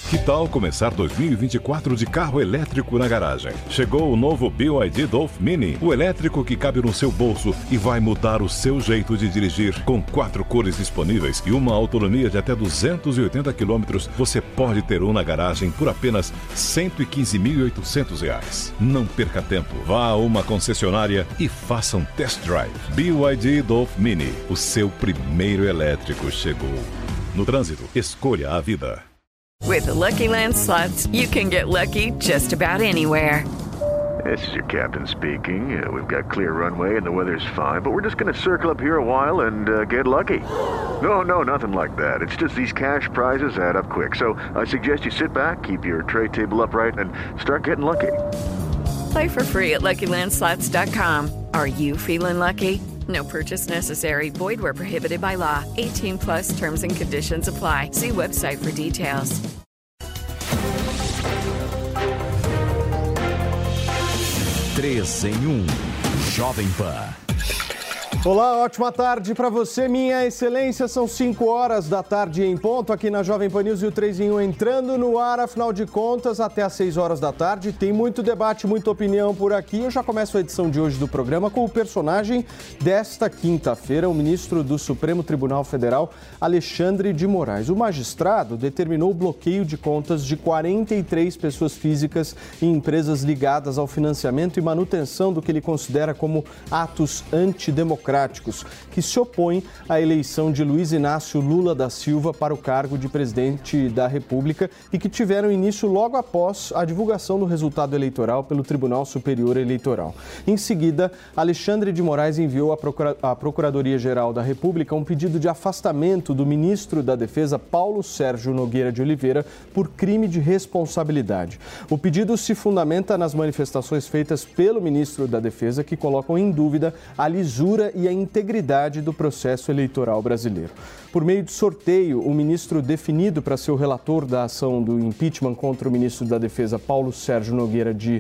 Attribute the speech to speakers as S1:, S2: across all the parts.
S1: Que tal começar 2024 de carro elétrico na garagem? Chegou o novo BYD Dolph Mini, o elétrico que cabe no seu bolso e vai mudar o seu jeito de dirigir. Com 4 cores disponíveis e uma autonomia de até 280 km, você pode ter um na garagem por apenas R$ 115.800. Não perca tempo, vá a uma concessionária e faça um test drive. BYD Dolph Mini, o seu primeiro elétrico chegou. No trânsito, escolha a vida.
S2: With the Lucky Land Slots, you can get lucky just about anywhere.
S3: This is your captain speaking. We've got clear runway and the weather's fine, but we're just going to circle up here a while and get lucky. No, nothing like that. It's just these cash prizes add up quick. So I suggest you sit back, keep your tray table upright, and start getting lucky.
S2: Play for free at LuckyLandSlots.com. Are you feeling lucky? No purchase necessary. Void where prohibited by law. 18 plus terms and conditions apply. See website for details.
S4: Três em 1. Jovem Pan.
S5: Olá, ótima tarde para você, minha excelência. São 5 horas da tarde em ponto aqui na Jovem Pan News e o 3 em 1 entrando no ar. Afinal de contas, até às 6 horas da tarde tem muito debate, muita opinião por aqui. Eu já começo a edição de hoje do programa com o personagem desta quinta-feira, o ministro do Supremo Tribunal Federal, Alexandre de Moraes. O magistrado determinou o bloqueio de contas de 43 pessoas físicas e empresas ligadas ao financiamento e manutenção do que ele considera como atos antidemocráticos que se opõem à eleição de Luiz Inácio Lula da Silva para o cargo de presidente da República e que tiveram início logo após a divulgação do resultado eleitoral pelo Tribunal Superior Eleitoral. Em seguida, Alexandre de Moraes enviou à Procuradoria-Geral da República um pedido de afastamento do ministro da Defesa, Paulo Sérgio Nogueira de Oliveira, por crime de responsabilidade. O pedido se fundamenta nas manifestações feitas pelo ministro da Defesa que colocam em dúvida a lisura e a integridade do processo eleitoral brasileiro. Por meio de sorteio, o ministro definido para ser o relator da ação do impeachment contra o ministro da Defesa, Paulo Sérgio Nogueira de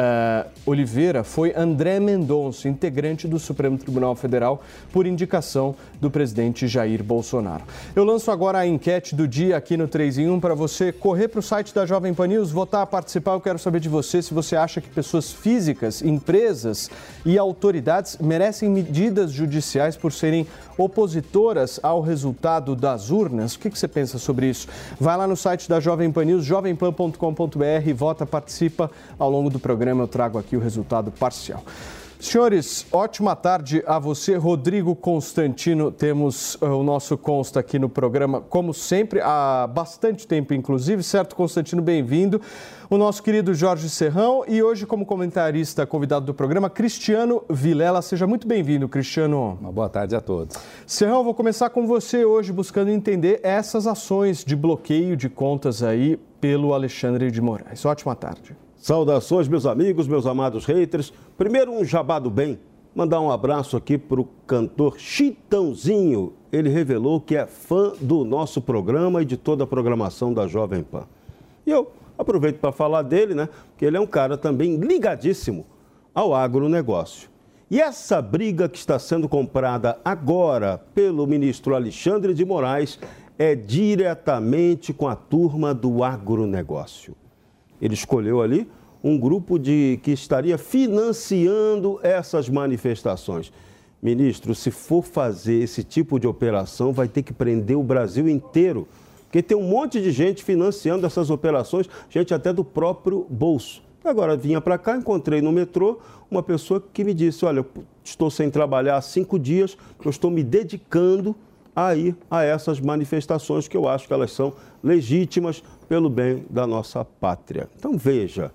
S5: Oliveira, foi André Mendonça, integrante do Supremo Tribunal Federal, por indicação do presidente Jair Bolsonaro. Eu lanço agora a enquete do dia aqui no 3 em 1 para você correr para o site da Jovem Pan News, votar, participar. Eu quero saber de você se você acha que pessoas físicas, empresas e autoridades merecem medidas judiciais por serem opositoras ao resultado das urnas. O que você pensa sobre isso? Vai lá no site da Jovem Pan News, jovempan.com.br, vota, participa. Ao longo do programa eu trago aqui o resultado parcial. Senhores, ótima tarde a você, Rodrigo Constantino. Temos o nosso consta aqui no programa, como sempre, há bastante tempo, inclusive. Certo, Constantino, bem-vindo. O nosso querido Jorge Serrão e hoje, como comentarista convidado do programa, Cristiano Vilela. Seja muito bem-vindo, Cristiano.
S6: Uma boa tarde a todos.
S5: Serrão, vou começar com você hoje, buscando entender essas ações de bloqueio de contas aí pelo Alexandre de Moraes. Ótima tarde.
S7: Saudações, meus amigos, meus amados haters. Primeiro, um jabá do bem. Mandar um abraço aqui para o cantor Chitãozinho. Ele revelou que é fã do nosso programa e de toda a programação da Jovem Pan. E eu aproveito para falar dele, né? Porque ele é um cara também ligadíssimo ao agronegócio. E essa briga que está sendo comprada agora pelo ministro Alexandre de Moraes é diretamente com a turma do agronegócio. Ele escolheu ali um grupo que estaria financiando essas manifestações. Ministro, se for fazer esse tipo de operação, vai ter que prender o Brasil inteiro, porque tem um monte de gente financiando essas operações, gente até do próprio bolso. Agora, vinha para cá, encontrei no metrô uma pessoa que me disse, olha, eu estou sem trabalhar há 5 dias, eu estou me dedicando a ir a essas manifestações que eu acho que elas são legítimas pelo bem da nossa pátria. Então, veja,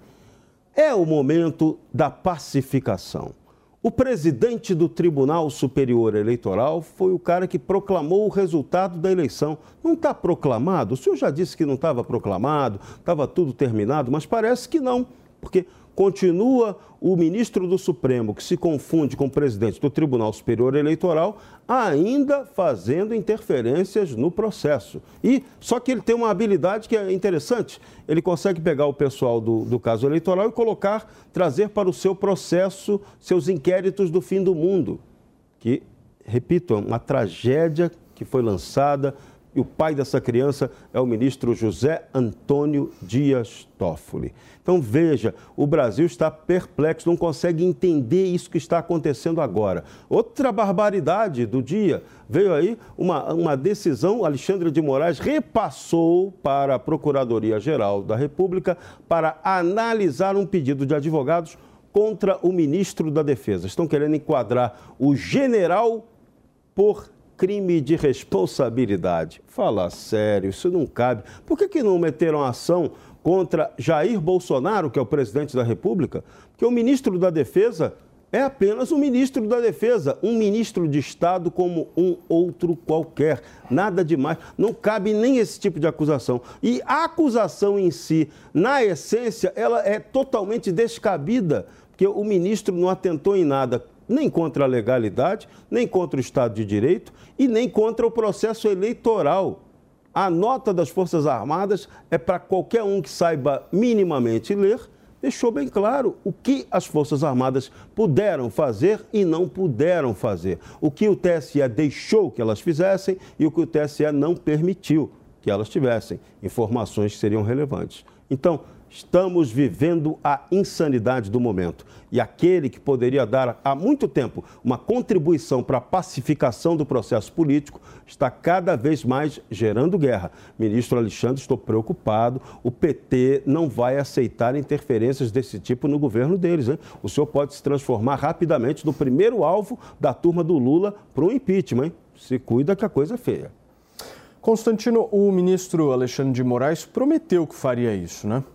S7: é o momento da pacificação. O presidente do Tribunal Superior Eleitoral foi o cara que proclamou o resultado da eleição. Não está proclamado? O senhor já disse que não estava proclamado, estava tudo terminado, mas parece que não, porque continua o ministro do Supremo, que se confunde com o presidente do Tribunal Superior Eleitoral, ainda fazendo interferências no processo. E só que ele tem uma habilidade que é interessante. Ele consegue pegar o pessoal do caso eleitoral e trazer para o seu processo, seus inquéritos do fim do mundo. Que, repito, é uma tragédia que foi lançada E o pai dessa criança é o ministro José Antônio Dias Toffoli. Então veja, o Brasil está perplexo, não consegue entender isso que está acontecendo agora. Outra barbaridade do dia, veio aí uma decisão, Alexandre de Moraes repassou para a Procuradoria-Geral da República para analisar um pedido de advogados contra o ministro da Defesa. Estão querendo enquadrar o general por crime de responsabilidade. Fala sério, isso não cabe. Por que não meteram ação contra Jair Bolsonaro, que é o presidente da República? Porque o ministro da Defesa é apenas um ministro da Defesa, um ministro de Estado como um outro qualquer. Nada demais. Não cabe nem esse tipo de acusação. E a acusação em si, na essência, ela é totalmente descabida, porque o ministro não atentou em nada, nem contra a legalidade, nem contra o Estado de Direito e nem contra o processo eleitoral. A nota das Forças Armadas é para qualquer um que saiba minimamente ler, deixou bem claro o que as Forças Armadas puderam fazer e não puderam fazer. O que o TSE deixou que elas fizessem e o que o TSE não permitiu que elas tivessem. Informações que seriam relevantes. Então, estamos vivendo a insanidade do momento. E aquele que poderia dar há muito tempo uma contribuição para a pacificação do processo político está cada vez mais gerando guerra. Ministro Alexandre, estou preocupado. O PT não vai aceitar interferências desse tipo no governo deles, hein? O senhor pode se transformar rapidamente no primeiro alvo da turma do Lula para um impeachment, hein? Se cuida que a coisa é feia.
S5: Constantino, o ministro Alexandre de Moraes prometeu que faria isso, né?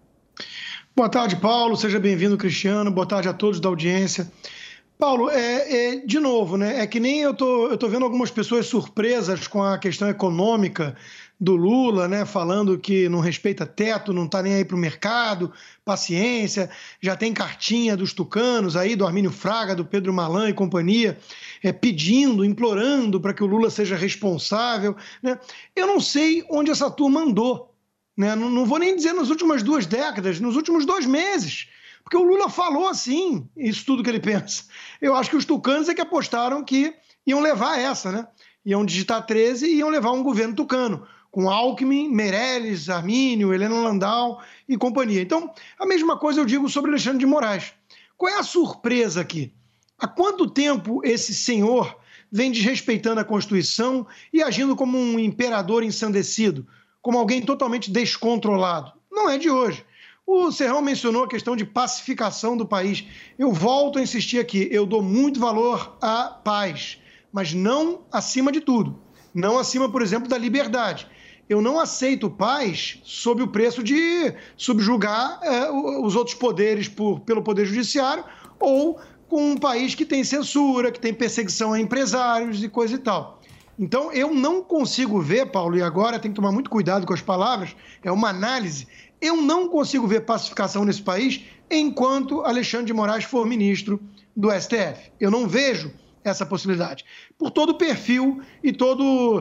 S6: Boa tarde, Paulo. Seja bem-vindo, Cristiano. Boa tarde a todos da audiência. Paulo, de novo, né? É que nem eu tô vendo algumas pessoas surpresas com a questão econômica do Lula, né? Falando que não respeita teto, não está nem aí para o mercado, paciência. Já tem cartinha dos tucanos aí, do Armínio Fraga, do Pedro Malan e companhia, pedindo, implorando para que o Lula seja responsável, né? Eu não sei onde essa turma andou. Né? Não vou nem dizer nas últimas 2 décadas, nos últimos 2 meses, porque o Lula falou assim, isso tudo que ele pensa. Eu acho que os tucanos é que apostaram que iam levar essa, né? Iam digitar 13 e iam levar um governo tucano, com Alckmin, Meirelles, Armínio, Helena Landau e companhia. Então, a mesma coisa eu digo sobre Alexandre de Moraes. Qual é a surpresa aqui? Há quanto tempo esse senhor vem desrespeitando a Constituição e agindo como um imperador ensandecido, como alguém totalmente descontrolado? Não é de hoje. O Serrão mencionou a questão de pacificação do país. Eu volto a insistir aqui, eu dou muito valor à paz, mas não acima de tudo. Não acima, por exemplo, da liberdade. Eu não aceito paz sob o preço de subjugar os outros poderes pelo Poder Judiciário ou com um país que tem censura, que tem perseguição a empresários e coisa e tal. Então, eu não consigo ver, Paulo, e agora tem que tomar muito cuidado com as palavras, é uma análise, eu não consigo ver pacificação nesse país enquanto Alexandre de Moraes for ministro do STF. Eu não vejo essa possibilidade. Por todo o perfil e toda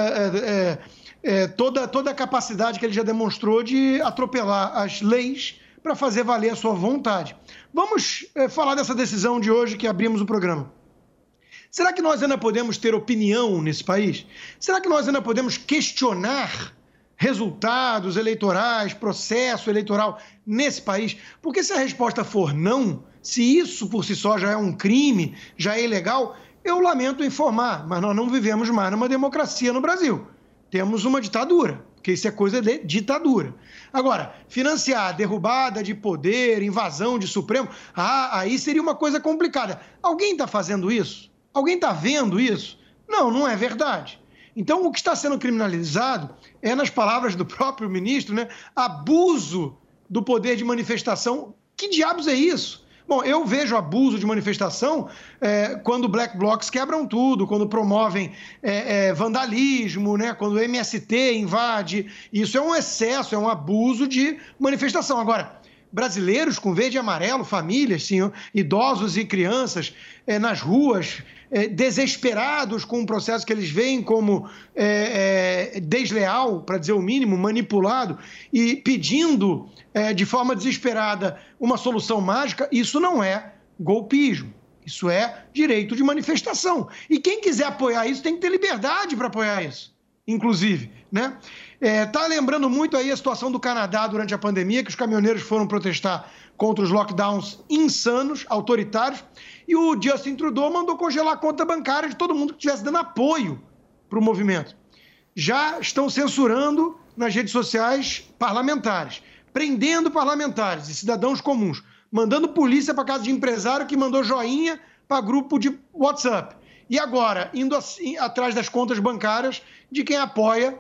S6: a capacidade que ele já demonstrou de atropelar as leis para fazer valer a sua vontade. Vamos falar dessa decisão de hoje que abrimos o programa. Será que nós ainda podemos ter opinião nesse país? Será que nós ainda podemos questionar resultados eleitorais, processo eleitoral nesse país? Porque se a resposta for não, se isso por si só já é um crime, já é ilegal, eu lamento informar, mas nós não vivemos mais numa democracia no Brasil. Temos uma ditadura, porque isso é coisa de ditadura. Agora, financiar derrubada de poder, invasão de Supremo, aí seria uma coisa complicada. Alguém está fazendo isso? Alguém está vendo isso? Não, não é verdade. Então, o que está sendo criminalizado é, nas palavras do próprio ministro, né, abuso do poder de manifestação. Que diabos é isso? Bom, eu vejo abuso de manifestação quando black blocs quebram tudo, quando promovem vandalismo, né, quando o MST invade. Isso é um excesso, é um abuso de manifestação. Agora, brasileiros com verde e amarelo, famílias, sim, idosos e crianças nas ruas, desesperados com um processo que eles veem como desleal, para dizer o mínimo, manipulado, e pedindo de forma desesperada uma solução mágica, isso não é golpismo, isso é direito de manifestação. E quem quiser apoiar isso tem que ter liberdade para apoiar isso. inclusive, né? Tá lembrando muito aí a situação do Canadá durante a pandemia, que os caminhoneiros foram protestar contra os lockdowns insanos, autoritários, e o Justin Trudeau mandou congelar a conta bancária de todo mundo que estivesse dando apoio para o movimento. Já estão censurando nas redes sociais parlamentares, prendendo parlamentares e cidadãos comuns, mandando polícia para casa de empresário que mandou joinha para grupo de WhatsApp. E agora, indo assim, atrás das contas bancárias de quem apoia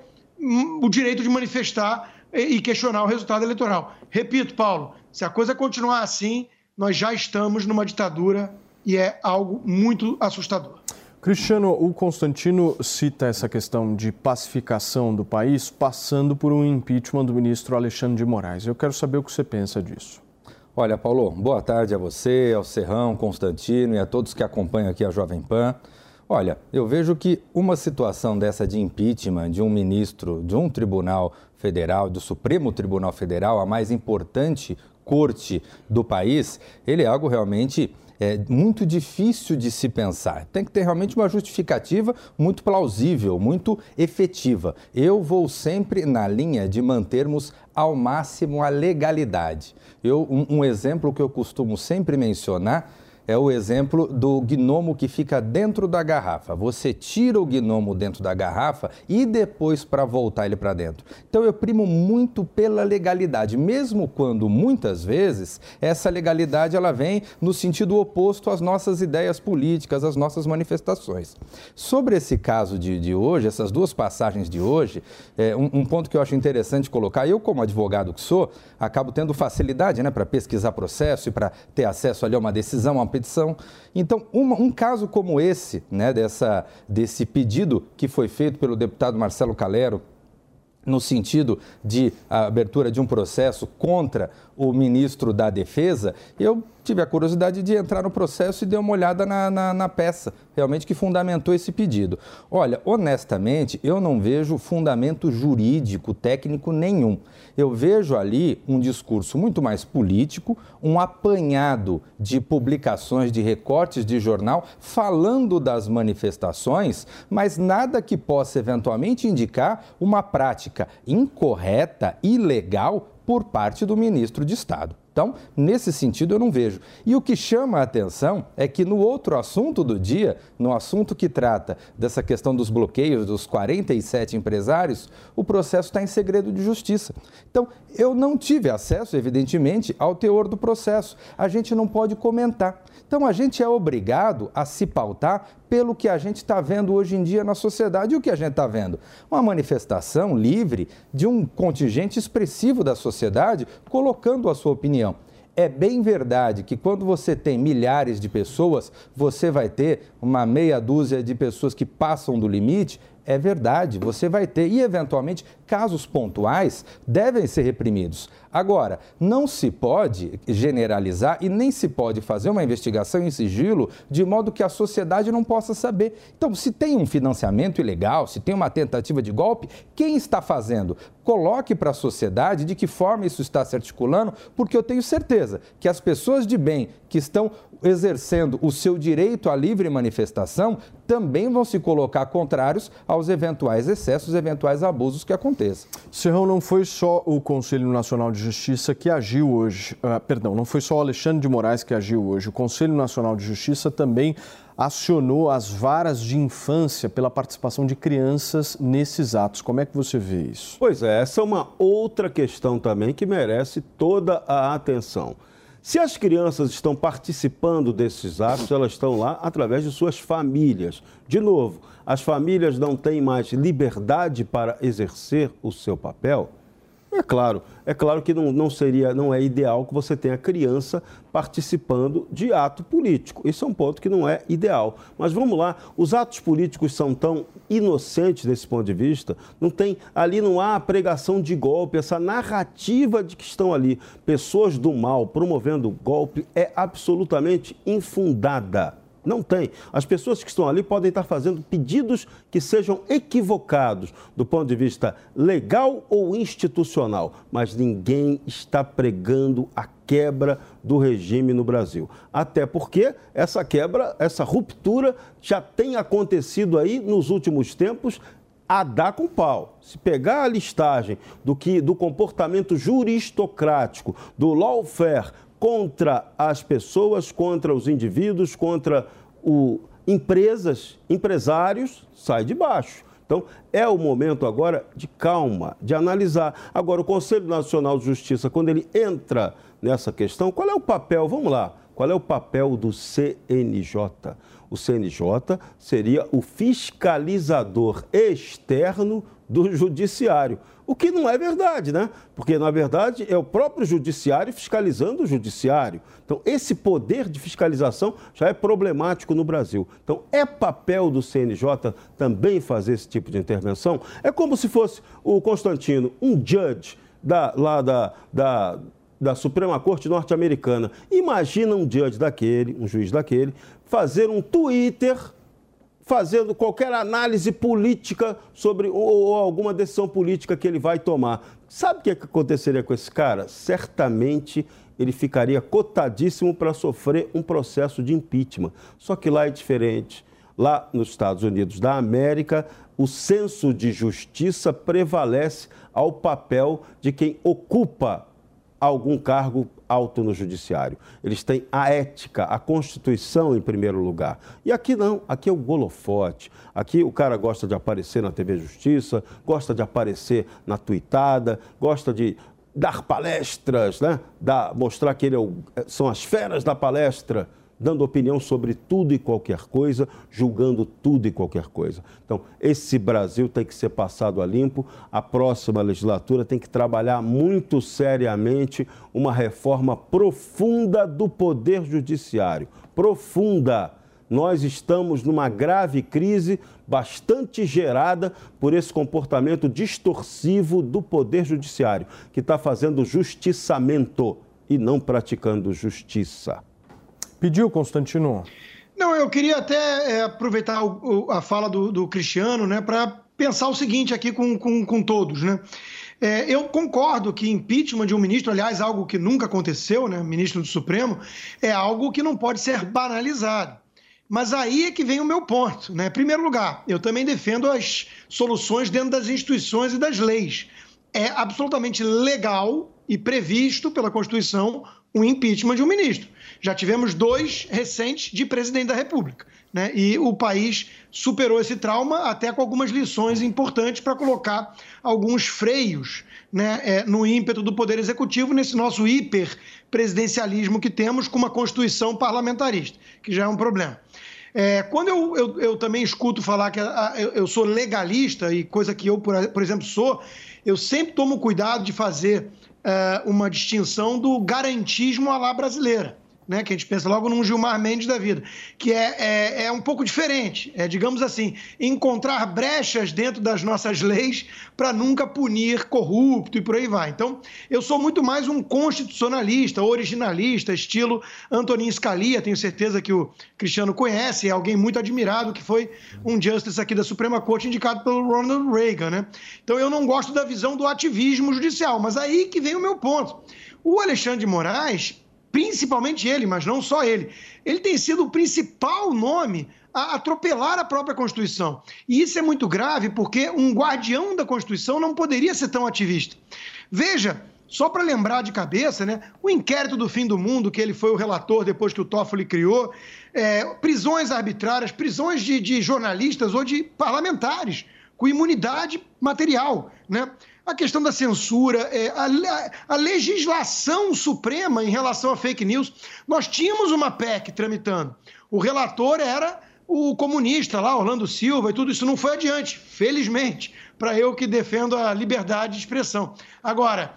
S6: o direito de manifestar e questionar o resultado eleitoral. Repito, Paulo, se a coisa continuar assim, nós já estamos numa ditadura e é algo muito assustador.
S5: Cristiano, o Constantino cita essa questão de pacificação do país passando por um impeachment do ministro Alexandre de Moraes. Eu quero saber o que você pensa disso.
S8: Olha, Paulo, boa tarde a você, ao Serrão, Constantino e a todos que acompanham aqui a Jovem Pan. Olha, eu vejo que uma situação dessa de impeachment de um ministro de um tribunal federal, do Supremo Tribunal Federal, a mais importante corte do país, ele é algo realmente muito difícil de se pensar. Tem que ter realmente uma justificativa muito plausível, muito efetiva. Eu vou sempre na linha de mantermos ao máximo a legalidade. Um exemplo que eu costumo sempre mencionar é o exemplo do gnomo que fica dentro da garrafa. Você tira o gnomo dentro da garrafa e depois para voltar ele para dentro. Então eu primo muito pela legalidade, mesmo quando muitas vezes essa legalidade ela vem no sentido oposto às nossas ideias políticas, às nossas manifestações. Sobre esse caso de hoje, essas duas passagens de hoje, um ponto que eu acho interessante colocar, eu como advogado que sou, acabo tendo facilidade, né, para pesquisar processo e para ter acesso ali a uma decisão, a uma petição. Então, um caso como esse, né, desse pedido que foi feito pelo deputado Marcelo Calero, no sentido de a abertura de um processo contra o ministro da Defesa, eu tive a curiosidade de entrar no processo e dei uma olhada na peça, realmente que fundamentou esse pedido. Olha, honestamente, eu não vejo fundamento jurídico, técnico nenhum. Eu vejo ali um discurso muito mais político, um apanhado de publicações, de recortes de jornal, falando das manifestações, mas nada que possa eventualmente indicar uma prática incorreta, ilegal, por parte do ministro de Estado. Então, nesse sentido, eu não vejo. E o que chama a atenção é que no outro assunto do dia, no assunto que trata dessa questão dos bloqueios dos 47 empresários, o processo está em segredo de justiça. Então, eu não tive acesso, evidentemente, ao teor do processo. A gente não pode comentar. Então, a gente é obrigado a se pautar pelo que a gente está vendo hoje em dia na sociedade. E o que a gente está vendo? Uma manifestação livre de um contingente expressivo da sociedade colocando a sua opinião. É bem verdade que quando você tem milhares de pessoas, você vai ter uma meia dúzia de pessoas que passam do limite. É verdade, você vai ter, e eventualmente casos pontuais devem ser reprimidos. Agora, não se pode generalizar e nem se pode fazer uma investigação em sigilo de modo que a sociedade não possa saber. Então, se tem um financiamento ilegal, se tem uma tentativa de golpe, quem está fazendo? Coloque para a sociedade de que forma isso está se articulando, porque eu tenho certeza que as pessoas de bem que estão exercendo o seu direito à livre manifestação também vão se colocar contrários aos eventuais excessos, eventuais abusos que aconteçam.
S5: Serrão, não foi só o Conselho Nacional de Justiça que agiu hoje, não foi só o Alexandre de Moraes que agiu hoje, o Conselho Nacional de Justiça também acionou as varas de infância pela participação de crianças nesses atos. Como é que você vê isso?
S7: Pois é, essa é uma outra questão também que merece toda a atenção. Se as crianças estão participando desses atos, elas estão lá através de suas famílias. De novo, as famílias não têm mais liberdade para exercer o seu papel? É claro que não é ideal que você tenha criança participando de ato político. Isso é um ponto que não é ideal. Mas vamos lá, os atos políticos são tão inocentes desse ponto de vista, não há pregação de golpe, essa narrativa de que estão ali pessoas do mal promovendo golpe é absolutamente infundada. Não tem. As pessoas que estão ali podem estar fazendo pedidos que sejam equivocados do ponto de vista legal ou institucional, mas ninguém está pregando a quebra do regime no Brasil. Até porque essa quebra, essa ruptura já tem acontecido aí nos últimos tempos a dar com pau. Se pegar a listagem do comportamento juristocrático, do lawfare contra as pessoas, contra os indivíduos, contra empresários, sai de baixo. Então, é o momento agora de calma, de analisar. Agora, o Conselho Nacional de Justiça, quando ele entra nessa questão, qual é o papel? Vamos lá. Qual é o papel do CNJ? O CNJ seria o fiscalizador externo do judiciário. O que não é verdade, né? Porque, na verdade, é o próprio judiciário fiscalizando o judiciário. Então, esse poder de fiscalização já é problemático no Brasil. Então, é papel do CNJ também fazer esse tipo de intervenção? É como se fosse o Constantino, um judge da Suprema Corte norte-americana. Imagina um judge daquele, um juiz daquele, fazer um Twitter fazendo qualquer análise política sobre ou alguma decisão política que ele vai tomar. Sabe o que aconteceria com esse cara? Certamente ele ficaria cotadíssimo para sofrer um processo de impeachment. Só que lá é diferente. Lá nos Estados Unidos da América, o senso de justiça prevalece ao papel de quem ocupa algum cargo alto no judiciário. Eles têm a ética, a Constituição em primeiro lugar. E aqui não, aqui é o holofote. Aqui o cara gosta de aparecer na TV Justiça, gosta de aparecer na tuitada, gosta de dar palestras, né? Mostrar que ele são as feras da palestra, dando opinião sobre tudo e qualquer coisa, julgando tudo e qualquer coisa. Então, esse Brasil tem que ser passado a limpo. A próxima legislatura tem que trabalhar muito seriamente uma reforma profunda do Poder Judiciário. Profunda. Nós estamos numa grave crise, bastante gerada por esse comportamento distorsivo do Poder Judiciário, que está fazendo justiçamento e não praticando justiça.
S5: Pediu, Constantino?
S6: Não, eu queria até aproveitar a fala do Cristiano, né, para pensar o seguinte aqui com todos, né? Eu concordo que impeachment de um ministro, aliás, algo que nunca aconteceu, né, ministro do Supremo, é algo que não pode ser banalizado. Mas aí é que vem o meu ponto, né? Em primeiro lugar, eu também defendo as soluções dentro das instituições e das leis. É absolutamente legal e previsto pela Constituição um impeachment de um ministro. Já tivemos 2 recentes de presidente da República, né? E o país superou esse trauma até com algumas lições importantes para colocar alguns freios, né, no ímpeto do Poder Executivo, nesse nosso hiperpresidencialismo que temos com uma Constituição parlamentarista, que já é um problema. Quando eu também escuto falar que eu sou legalista, e coisa que eu, por exemplo, sou, eu sempre tomo cuidado de fazer uma distinção do garantismo à la brasileira, né, que a gente pensa logo num Gilmar Mendes da vida, que é um pouco diferente, digamos assim, encontrar brechas dentro das nossas leis para nunca punir corrupto e por aí vai. Então, eu sou muito mais um constitucionalista, originalista, estilo Antonin Scalia, tenho certeza que o Cristiano conhece, é alguém muito admirado, que foi um justice aqui da Suprema Corte indicado pelo Ronald Reagan, né? Então, eu não gosto da visão do ativismo judicial, mas aí que vem o meu ponto. O Alexandre de Moraes, principalmente ele, mas não só ele tem sido o principal nome a atropelar a própria Constituição. E isso é muito grave porque um guardião da Constituição não poderia ser tão ativista. Veja, só para lembrar de cabeça, né, o inquérito do fim do mundo, que ele foi o relator depois que o Toffoli criou, prisões arbitrárias, prisões de jornalistas ou de parlamentares com imunidade material, né? A questão da censura, a legislação suprema em relação a fake news. Nós tínhamos uma PEC tramitando. O relator era o comunista lá, Orlando Silva, e tudo isso não foi adiante, felizmente, para eu que defendo a liberdade de expressão. Agora,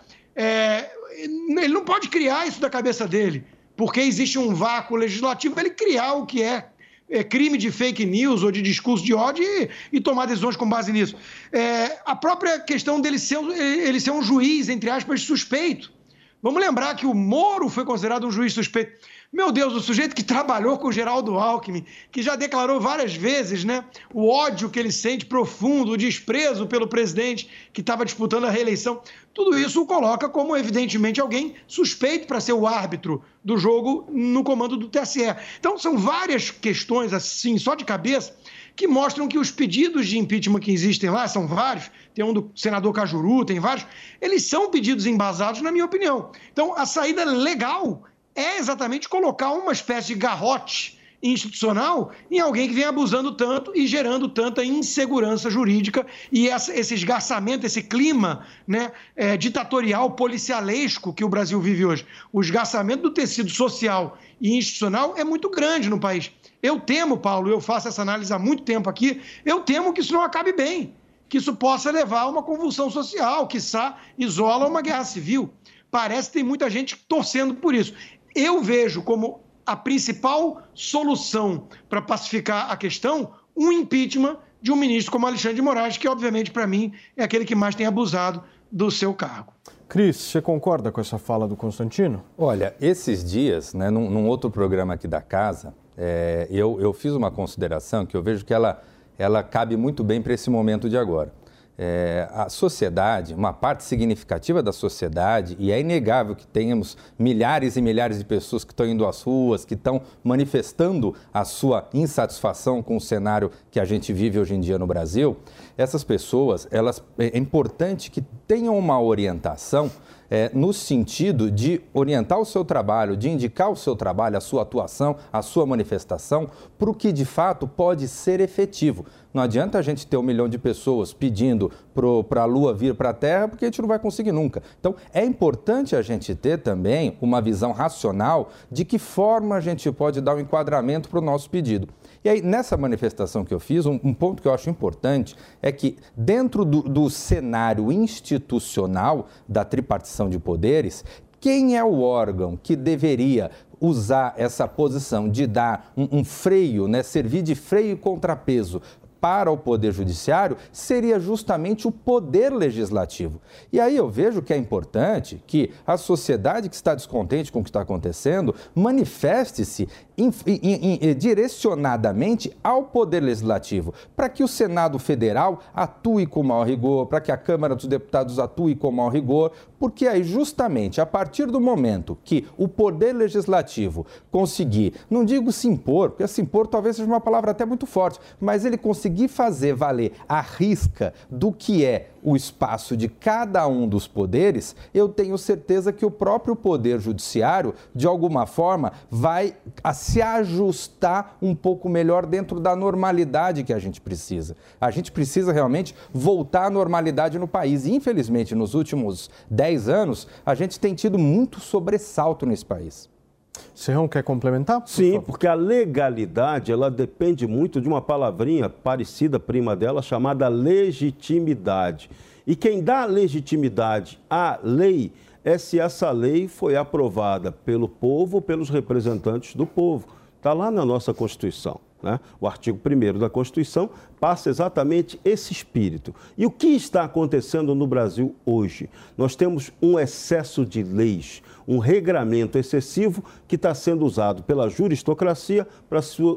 S6: ele não pode criar isso da cabeça dele, porque existe um vácuo legislativo, ele criar o que é crime de fake news ou de discurso de ódio e tomar decisões com base nisso. A própria questão dele ele ser um juiz, entre aspas, suspeito. Vamos lembrar que o Moro foi considerado um juiz suspeito. Meu Deus, o sujeito que trabalhou com o Geraldo Alckmin, que já declarou várias vezes, né, o ódio que ele sente profundo, o desprezo pelo presidente que estava disputando a reeleição, tudo isso o coloca como, evidentemente, alguém suspeito para ser o árbitro do jogo no comando do TSE. Então, são várias questões, assim, só de cabeça, que mostram que os pedidos de impeachment que existem lá, são vários, tem um do senador Cajuru, tem vários, eles são pedidos embasados, na minha opinião. Então, a saída legal é exatamente colocar uma espécie de garrote institucional em alguém que vem abusando tanto e gerando tanta insegurança jurídica e esse esgarçamento, esse clima, né, ditatorial, policialesco que o Brasil vive hoje. O esgarçamento do tecido social e institucional é muito grande no país. Eu temo, Paulo, eu faço essa análise há muito tempo aqui, eu temo que isso não acabe bem, que isso possa levar a uma convulsão social, quiçá isola uma guerra civil. Parece que tem muita gente torcendo por isso. Eu vejo como a principal solução para pacificar a questão, um impeachment de um ministro como Alexandre de Moraes, que obviamente para mim é aquele que mais tem abusado do seu cargo.
S5: Cris, você concorda com essa fala do Constantino?
S8: Olha, esses dias, né, num outro programa aqui da casa, eu fiz uma consideração que eu vejo que ela cabe muito bem para esse momento de agora. A sociedade, uma parte significativa da sociedade, e é inegável que tenhamos milhares e milhares de pessoas que estão indo às ruas, que estão manifestando a sua insatisfação com o cenário que a gente vive hoje em dia no Brasil, essas pessoas, é importante que tenham uma orientação no sentido de orientar o seu trabalho, de indicar o seu trabalho, a sua atuação, a sua manifestação, para o que de fato pode ser efetivo. Não adianta a gente ter 1 milhão de pessoas pedindo para a Lua vir para a Terra, porque a gente não vai conseguir nunca. Então, é importante a gente ter também uma visão racional de que forma a gente pode dar um enquadramento para o nosso pedido. E aí, nessa manifestação que eu fiz, um ponto que eu acho importante é que, dentro do cenário institucional da tripartição de poderes, quem é o órgão que deveria usar essa posição de dar um freio, né, servir de freio e contrapeso para o Poder Judiciário, seria justamente o Poder Legislativo. E aí eu vejo que é importante que a sociedade que está descontente com o que está acontecendo manifeste-se direcionadamente ao Poder Legislativo, para que o Senado Federal atue com maior rigor, para que a Câmara dos Deputados atue com maior rigor, porque aí justamente a partir do momento que o Poder Legislativo conseguir, não digo se impor, porque se impor talvez seja uma palavra até muito forte, mas ele conseguir fazer valer a risca do que é o espaço de cada um dos poderes, eu tenho certeza que o próprio Poder Judiciário, de alguma forma, vai se ajustar um pouco melhor dentro da normalidade que a gente precisa. A gente precisa realmente voltar à normalidade no país. E, infelizmente, nos últimos 10 anos, a gente tem tido muito sobressalto nesse país.
S5: Serrão, quer complementar?
S7: Sim, porque a legalidade, ela depende muito de uma palavrinha parecida, prima dela, chamada legitimidade. E quem dá legitimidade à lei é se essa lei foi aprovada pelo povo ou pelos representantes do povo. Está lá na nossa Constituição, né? O artigo 1º da Constituição passa exatamente esse espírito. E o que está acontecendo no Brasil hoje? Nós temos um excesso de leis, um regramento excessivo que está sendo usado pela juristocracia para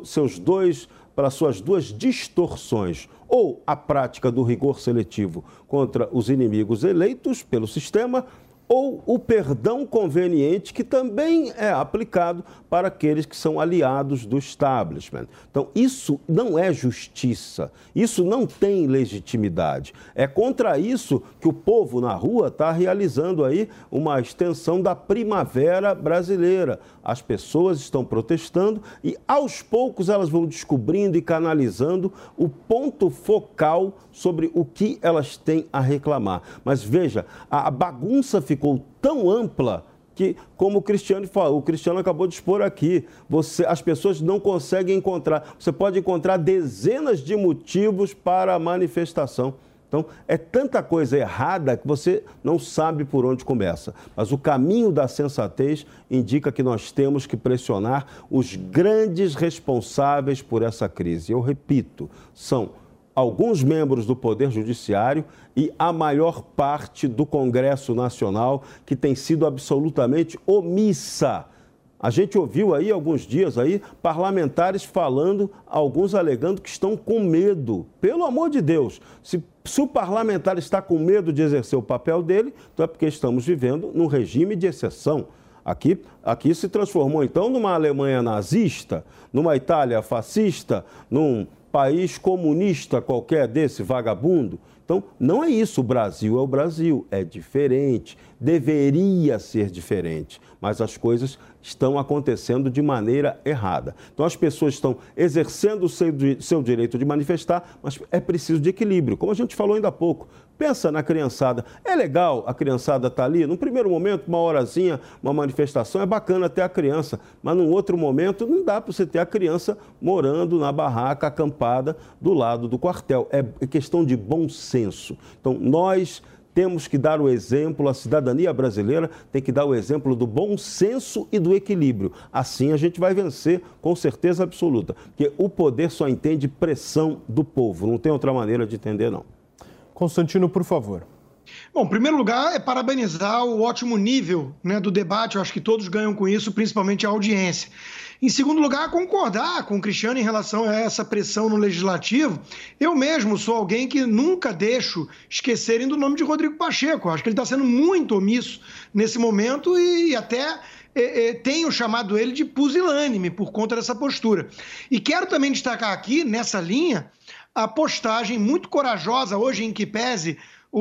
S7: suas duas distorções. Ou a prática do rigor seletivo contra os inimigos eleitos pelo sistema, ou o perdão conveniente, que também é aplicado para aqueles que são aliados do establishment. Então, isso não é justiça, isso não tem legitimidade. É contra isso que o povo na rua está realizando aí uma extensão da primavera brasileira. As pessoas estão protestando e, aos poucos, elas vão descobrindo e canalizando o ponto focal sobre o que elas têm a reclamar. Mas veja, a bagunça ficou tão ampla que, como o Cristiano acabou de expor aqui, as pessoas não conseguem encontrar. Você pode encontrar dezenas de motivos para a manifestação. Então, é tanta coisa errada que você não sabe por onde começa. Mas o caminho da sensatez indica que nós temos que pressionar os grandes responsáveis por essa crise. Eu repito, são alguns membros do Poder Judiciário e a maior parte do Congresso Nacional, que tem sido absolutamente omissa. A gente ouviu aí alguns dias aí parlamentares falando, alguns alegando que estão com medo. Pelo amor de Deus, se o parlamentar está com medo de exercer o papel dele, então é porque estamos vivendo num regime de exceção. Aqui se transformou então numa Alemanha nazista, numa Itália fascista, num país comunista qualquer desse, vagabundo. Então, não é isso, o Brasil é o Brasil, é diferente, deveria ser diferente, mas as coisas estão acontecendo de maneira errada. Então, as pessoas estão exercendo o seu direito de manifestar, mas é preciso de equilíbrio, como a gente falou ainda há pouco. Pensa na criançada. É legal a criançada estar ali. Num primeiro momento, uma horazinha, uma manifestação, é bacana ter a criança. Mas num outro momento, não dá para você ter a criança morando na barraca acampada do lado do quartel. É questão de bom senso. Então, nós temos que dar o exemplo, a cidadania brasileira tem que dar o exemplo do bom senso e do equilíbrio. Assim a gente vai vencer com certeza absoluta. Porque o poder só entende pressão do povo. Não tem outra maneira de entender, não.
S5: Constantino, por favor.
S6: Bom, em primeiro lugar, é parabenizar o ótimo nível, né, do debate. Eu acho que todos ganham com isso, principalmente a audiência. Em segundo lugar, concordar com o Cristiano em relação a essa pressão no Legislativo. Eu mesmo sou alguém que nunca deixo esquecerem do nome de Rodrigo Pacheco. Eu acho que ele está sendo muito omisso nesse momento e até tenho chamado ele de pusilânime por conta dessa postura. E quero também destacar aqui, nessa linha, a postagem muito corajosa hoje, em que pese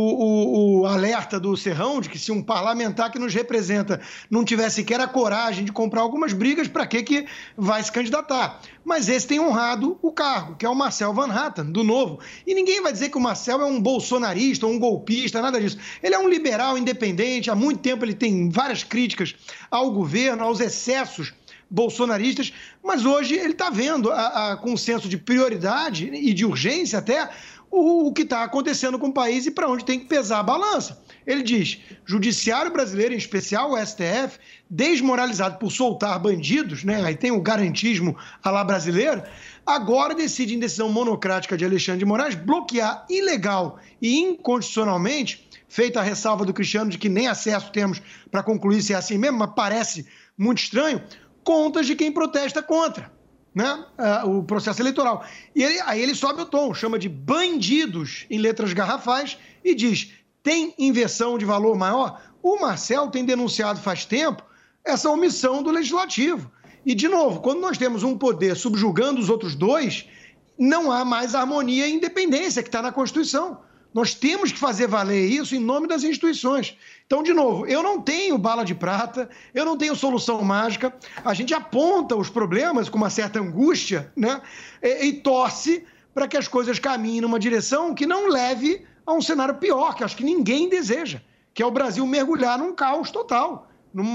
S6: o alerta do Serrão de que se um parlamentar que nos representa não tivesse sequer a coragem de comprar algumas brigas, para que vai se candidatar? Mas esse tem honrado o cargo, que é o Marcel Van Hatten, do Novo. E ninguém vai dizer que o Marcel é um bolsonarista ou um golpista, nada disso. Ele é um liberal independente, há muito tempo ele tem várias críticas ao governo, aos excessos bolsonaristas, mas hoje ele está vendo com um senso de prioridade e de urgência até o que está acontecendo com o país e para onde tem que pesar a balança. Ele diz: judiciário brasileiro, em especial o STF, desmoralizado por soltar bandidos, né? Aí tem o garantismo à la brasileiro, agora decide, em decisão monocrática de Alexandre de Moraes, bloquear ilegal e inconstitucionalmente, feita a ressalva do Cristiano de que nem acesso temos para concluir se é assim mesmo, mas parece muito estranho, contas de quem protesta contra, né, o processo eleitoral. E aí ele sobe o tom, chama de bandidos em letras garrafais e diz: tem inversão de valor maior? O Marcel tem denunciado faz tempo essa omissão do Legislativo. E, de novo, quando nós temos um poder subjugando os outros dois, não há mais harmonia e independência que está na Constituição. Nós temos que fazer valer isso em nome das instituições. Então, de novo, eu não tenho bala de prata, eu não tenho solução mágica. A gente aponta os problemas com uma certa angústia, né? E torce para que as coisas caminhem numa direção que não leve a um cenário pior, que acho que ninguém deseja, que é o Brasil mergulhar num caos total,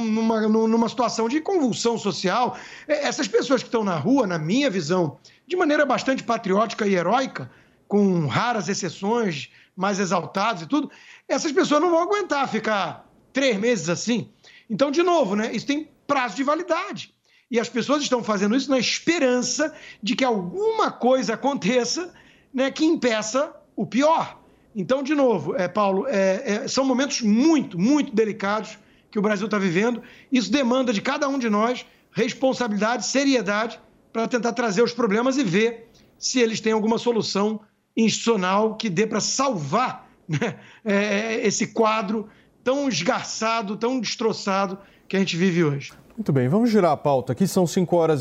S6: numa situação de convulsão social. Essas pessoas que estão na rua, na minha visão, de maneira bastante patriótica e heróica, com raras exceções, mais exaltados e tudo, essas pessoas não vão aguentar ficar 3 meses assim. Então, de novo, né, isso tem prazo de validade. E as pessoas estão fazendo isso na esperança de que alguma coisa aconteça, né, que impeça o pior. Então, de novo, Paulo, são momentos muito, muito delicados que o Brasil está vivendo. Isso demanda de cada um de nós responsabilidade, seriedade, para tentar trazer os problemas e ver se eles têm alguma solução institucional que dê para salvar, né, esse quadro tão esgarçado, tão destroçado que a gente vive hoje.
S5: Muito bem, vamos girar a pauta aqui. São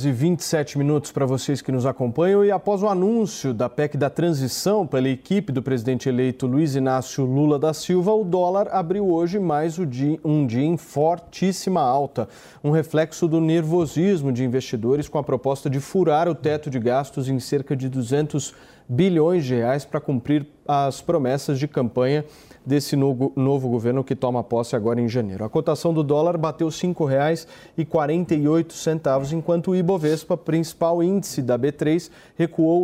S5: 5h27 para vocês que nos acompanham. E após o anúncio da PEC da transição pela equipe do presidente eleito Luiz Inácio Lula da Silva, o dólar abriu hoje mais um dia em fortíssima alta. Um reflexo do nervosismo de investidores com a proposta de furar o teto de gastos em cerca de 200 bilhões de reais para cumprir as promessas de campanha desse novo governo que toma posse agora em janeiro. A cotação do dólar bateu R$ 5,48, enquanto o Ibovespa, principal índice da B3, recuou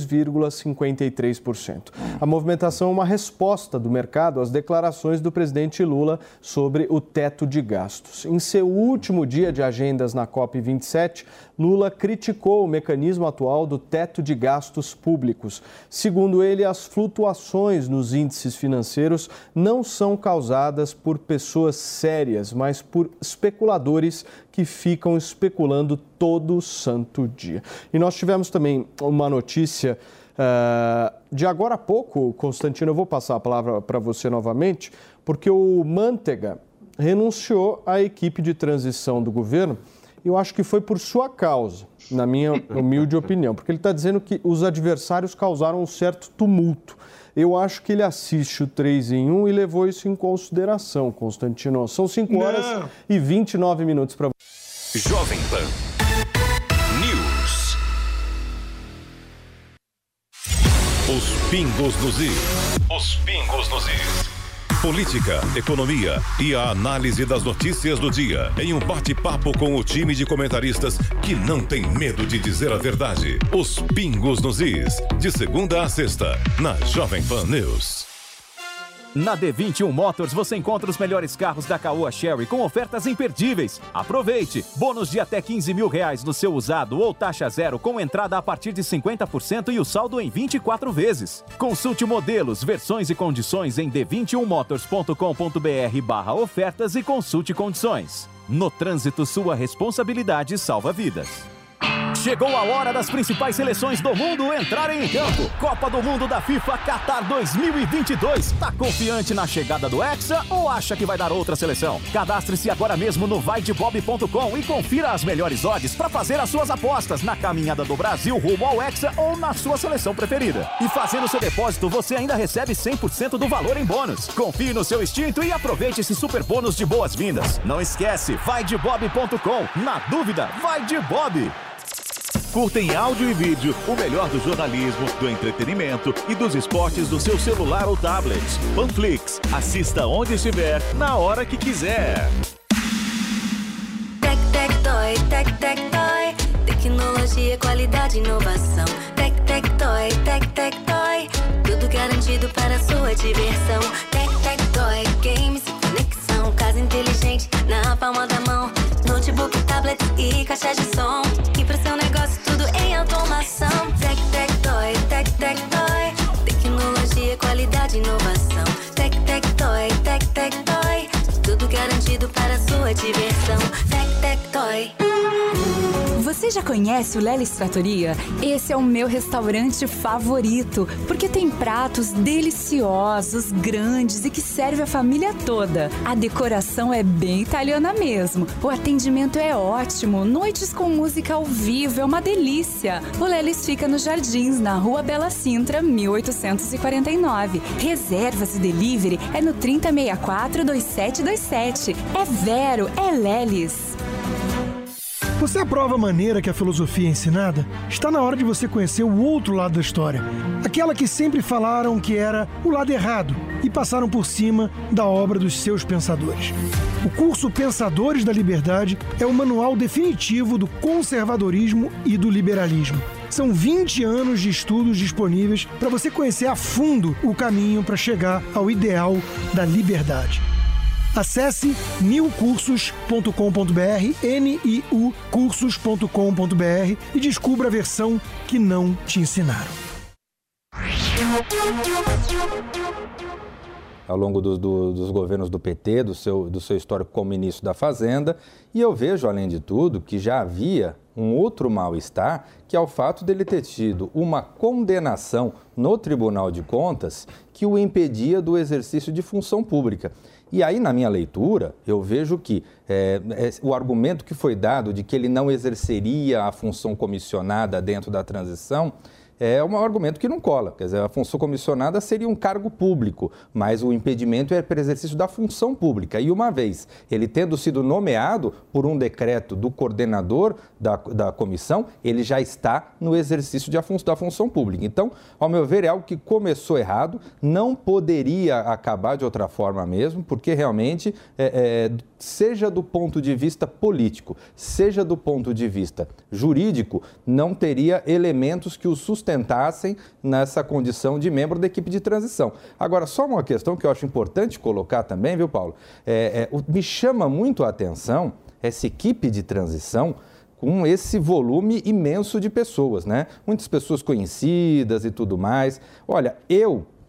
S5: 2,53%. A movimentação é uma resposta do mercado às declarações do presidente Lula sobre o teto de gastos. Em seu último dia de agendas na COP27, Lula criticou o mecanismo atual do teto de gastos públicos. Segundo ele, as flutuações nos índices financeiros não são causadas por pessoas sérias, mas por especuladores que ficam especulando todo santo dia. E nós tivemos também uma notícia de agora a pouco, Constantino, eu vou passar a palavra para você novamente, porque o Mantega renunciou à equipe de transição do governo eu acho que foi por sua causa, na minha humilde opinião, porque ele está dizendo que os adversários causaram um certo tumulto. Eu acho que ele assiste o 3 em 1 e levou isso em consideração, Constantino. São 5 horas e 29 minutos para você.
S9: Jovem Pan News.
S1: Os pingos nos is.
S9: Os pingos nos is.
S1: Política, economia e a análise das notícias do dia em um bate-papo com o time de comentaristas que não tem medo de dizer a verdade. Os pingos nos is, de segunda a sexta, na Jovem Pan News.
S10: Na D21 Motors você encontra os melhores carros da Caoa Chery com ofertas imperdíveis. Aproveite! Bônus de até R$15 mil no seu usado ou taxa zero com entrada a partir de 50% e o saldo em 24 vezes. Consulte modelos, versões e condições em d21motors.com.br/ofertas e consulte condições. No trânsito, sua responsabilidade salva vidas. Chegou a hora das principais seleções do mundo entrarem em campo. Copa do Mundo da FIFA Qatar 2022. Tá confiante na chegada do Hexa ou acha que vai dar outra seleção? Cadastre-se agora mesmo no vaidebob.com e confira as melhores odds para fazer as suas apostas na caminhada do Brasil rumo ao Hexa ou na sua seleção preferida. E fazendo seu depósito, você ainda recebe 100% do valor em bônus. Confie no seu instinto e aproveite esse super bônus de boas-vindas. Não esquece, vaidebob.com. Na dúvida, vai de Bob.
S11: Curta em áudio e vídeo o melhor do jornalismo, do entretenimento e dos esportes do seu celular ou tablet. Panflix. Assista onde estiver, na hora que quiser.
S12: Tec, tec, toy, tec, tec, toy. Tecnologia, qualidade, inovação. Tec, tec, toy, tec, tec, toy. Tudo garantido para a sua diversão. Tec, tec, toy, games e conexão. Casa inteligente na palma da mão. Notebook, tablet e caixa de som. E pro seu negócio tudo em automação. Tec, tec, toy, tec, tec, toy. Tecnologia, qualidade, inovação. Tec, tec, toy, tec, tec, toy. Tudo garantido para a sua diversão. Tec, tec, toy.
S13: Você já conhece o Lelis Trattoria? Esse é o meu restaurante favorito, porque tem pratos deliciosos, grandes e que serve a família toda. A decoração é bem italiana mesmo. O atendimento é ótimo, noites com música ao vivo, é uma delícia. O Lelis fica nos Jardins, na Rua Bela Sintra, 1849. Reservas e delivery é no 3064-2727. É Vero, é Lelis.
S6: Você aprova a maneira que a filosofia é ensinada? Está na hora de você conhecer o outro lado da história. Aquela que sempre falaram que era o lado errado e passaram por cima da obra dos seus pensadores. O curso Pensadores da Liberdade é o manual definitivo do conservadorismo e do liberalismo. São 20 anos de estudos disponíveis para você conhecer a fundo o caminho para chegar ao ideal da liberdade. Acesse niucursos.com.br, niucursos.com.br e descubra a versão que não te ensinaram.
S8: Ao longo dos governos do PT, do seu histórico como ministro da Fazenda, e eu vejo, além de tudo, que já havia um outro mal-estar, que é o fato dele ter tido uma condenação no Tribunal de Contas que o impedia do exercício de função pública. E aí, na minha leitura, eu vejo que o argumento que foi dado de que ele não exerceria a função comissionada dentro da transição é um argumento que não cola. Quer dizer, a função comissionada seria um cargo público, mas o impedimento é para o exercício da função pública. E uma vez ele tendo sido nomeado por um decreto do coordenador da comissão, ele já está no exercício da função pública. Então, ao meu ver, é algo que começou errado, não poderia acabar de outra forma mesmo, porque realmente, seja do ponto de vista político, seja do ponto de vista jurídico, não teria elementos que o sustentassem nessa condição de membro da equipe de transição. Agora, só uma questão que eu acho importante colocar também, viu, Paulo? Me chama muito a atenção essa equipe de transição com esse volume imenso de pessoas, né? Muitas pessoas conhecidas e tudo mais. Olha, eu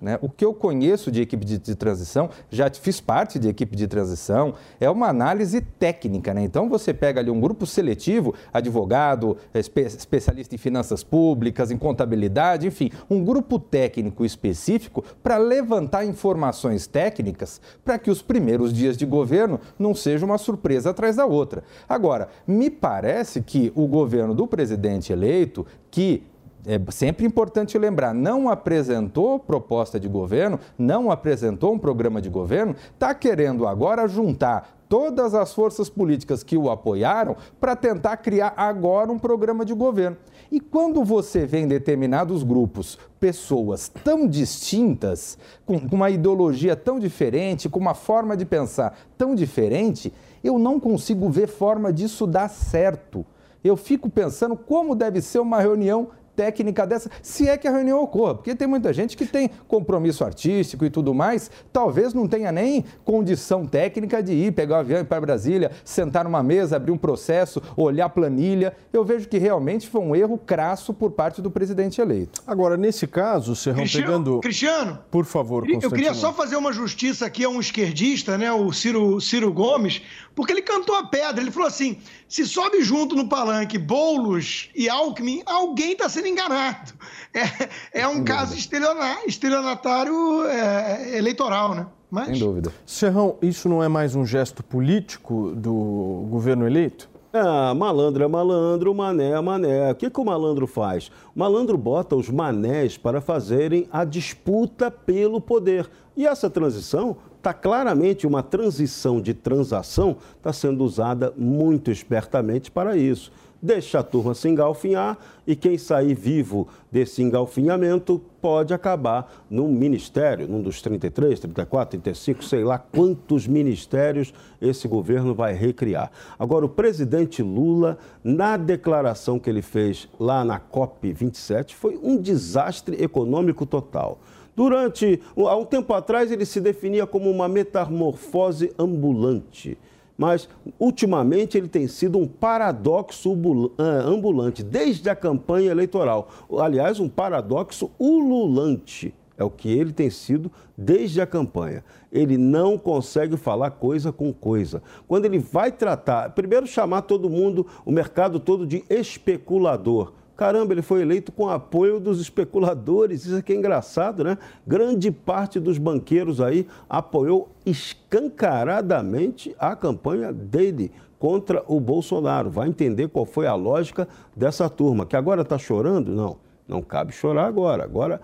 S8: né? O que eu conheço de equipe de transição, já fiz parte de equipe de transição, é uma análise técnica, né? Então você pega ali um grupo seletivo, advogado, especialista em finanças públicas, em contabilidade, enfim, um grupo técnico específico para levantar informações técnicas para que os primeiros dias de governo não sejam uma surpresa atrás da outra. Agora, me parece que o governo do presidente eleito, que é sempre importante lembrar, não apresentou proposta de governo, não apresentou um programa de governo, está querendo agora juntar todas as forças políticas que o apoiaram para tentar criar agora um programa de governo. E quando você vê em determinados grupos pessoas tão distintas, com uma ideologia tão diferente, com uma forma de pensar tão diferente, eu não consigo ver forma disso dar certo. Eu fico pensando como deve ser uma reunião técnica dessa, se é que a reunião ocorra, porque tem muita gente que tem compromisso artístico e tudo mais, talvez não tenha nem condição técnica de ir, pegar o avião e ir para Brasília, sentar numa mesa, abrir um processo, olhar a planilha. Eu vejo que realmente foi um erro crasso por parte do presidente eleito.
S5: Agora, nesse caso, Serrão, pegando...
S6: Cristiano,
S5: por favor, Constantino.
S6: Eu queria só fazer uma justiça aqui a um esquerdista, né, o Ciro Gomes, porque ele cantou a pedra, ele falou assim, se sobe junto no palanque Boulos e Alckmin, alguém está sendo enganado. É um caso estelionatário eleitoral, né? Mas...
S8: Sem dúvida.
S5: Serrão, isso não é mais um gesto político do governo eleito?
S7: Malandro é malandro, mané é mané. O que o malandro faz? O malandro bota os manés para fazerem a disputa pelo poder. E essa transição está claramente uma transição de transação, está sendo usada muito espertamente para isso. Deixa a turma se engalfinhar e quem sair vivo desse engalfinhamento pode acabar num ministério, num dos 33, 34, 35, sei lá quantos ministérios esse governo vai recriar. Agora, o presidente Lula, na declaração que ele fez lá na COP27, foi um desastre econômico total. Há um tempo atrás, ele se definia como uma metamorfose ambulante. Mas, ultimamente, ele tem sido um paradoxo ambulante, desde a campanha eleitoral. Aliás, um paradoxo ululante. É o que ele tem sido desde a campanha. Ele não consegue falar coisa com coisa. Quando ele vai tratar, primeiro chamar todo mundo, o mercado todo de especulador. Caramba, ele foi eleito com apoio dos especuladores, isso aqui é engraçado, né? Grande parte dos banqueiros aí apoiou escancaradamente a campanha dele contra o Bolsonaro. Vai entender qual foi a lógica dessa turma, que agora está chorando? Não cabe chorar agora. Agora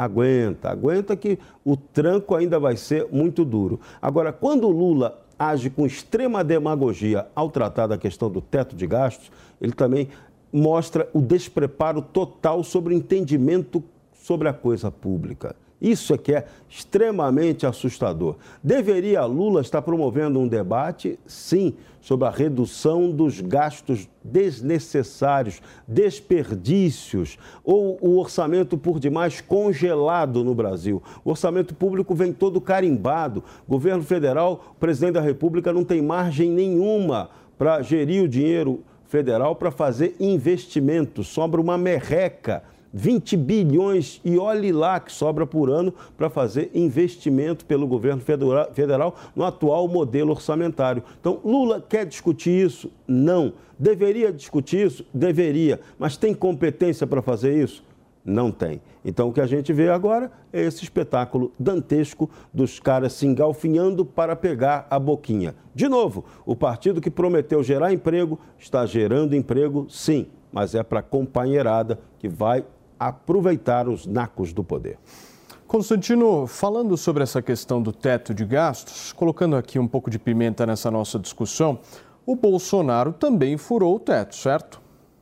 S7: aguenta que o tranco ainda vai ser muito duro. Agora, quando o Lula age com extrema demagogia ao tratar da questão do teto de gastos, ele também mostra o despreparo total sobre o entendimento sobre a coisa pública. Isso é que é extremamente assustador. Deveria Lula estar promovendo um debate, sim, sobre a redução dos gastos desnecessários, desperdícios, ou o orçamento por demais congelado no Brasil. O orçamento público vem todo carimbado. O governo federal, o presidente da República não tem margem nenhuma para gerir o dinheiro federal para fazer investimentos, sobra uma merreca, 20 bilhões e olhe lá que sobra por ano para fazer investimento pelo governo federal no atual modelo orçamentário. Então, Lula quer discutir isso? Não. Deveria discutir isso? Deveria. Mas tem competência para fazer isso? Não tem. Então, o que a gente vê agora é esse espetáculo dantesco dos caras se engalfinhando para pegar a boquinha. De novo, o partido que prometeu gerar emprego está gerando emprego, sim, mas é para a companheirada que vai aproveitar os nacos do poder.
S5: Constantino, falando sobre essa questão do teto de gastos, colocando aqui um pouco de pimenta nessa nossa discussão, o Bolsonaro também furou o teto, certo?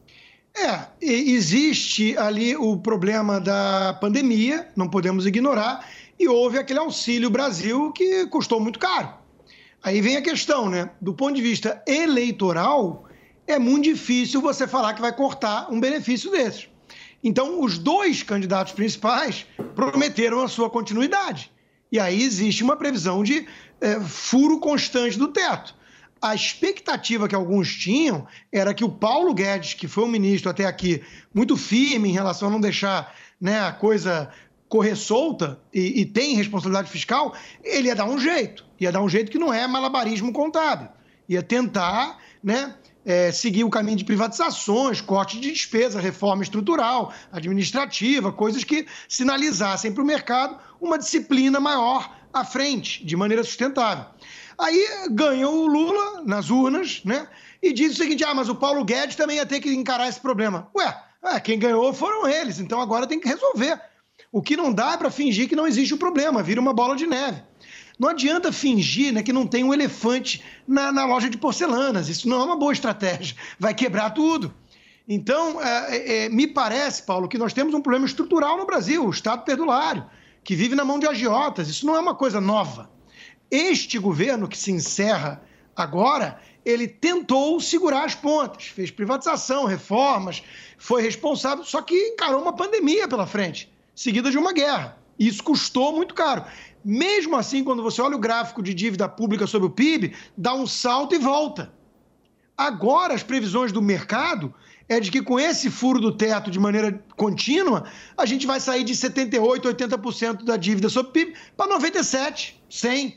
S6: Existe ali o problema da pandemia, não podemos ignorar, e houve aquele Auxílio Brasil que custou muito caro. Aí vem a questão, né? Do ponto de vista eleitoral, é muito difícil você falar que vai cortar um benefício desses. Então, os dois candidatos principais prometeram a sua continuidade. E aí existe uma previsão de furo constante do teto. A expectativa que alguns tinham era que o Paulo Guedes, que foi um ministro até aqui muito firme em relação a não deixar, né, a coisa correr solta e tem responsabilidade fiscal, ele ia dar um jeito. Ia dar um jeito que não é malabarismo contábil. Ia tentar, né, seguir o caminho de privatizações, corte de despesa, reforma estrutural, administrativa, coisas que sinalizassem para o mercado uma disciplina maior à frente, de maneira sustentável. Aí ganhou o Lula nas urnas, né, e diz o seguinte, mas o Paulo Guedes também ia ter que encarar esse problema. Quem ganhou foram eles, então agora tem que resolver. O que não dá é para fingir que não existe o problema, vira uma bola de neve. Não adianta fingir, né, que não tem um elefante na loja de porcelanas. Isso não é uma boa estratégia. Vai quebrar tudo. Então, me parece, Paulo, que nós temos um problema estrutural no Brasil, o Estado perdulário, que vive na mão de agiotas. Isso não é uma coisa nova. Este governo que se encerra agora, ele tentou segurar as pontas, fez privatização, reformas, foi responsável, só que encarou uma pandemia pela frente, seguida de uma guerra. Isso custou muito caro. Mesmo assim, quando você olha o gráfico de dívida pública sobre o PIB, dá um salto e volta. Agora, as previsões do mercado é de que com esse furo do teto de maneira contínua, a gente vai sair de 78%, 80% da dívida sobre o PIB para 97%, 100%.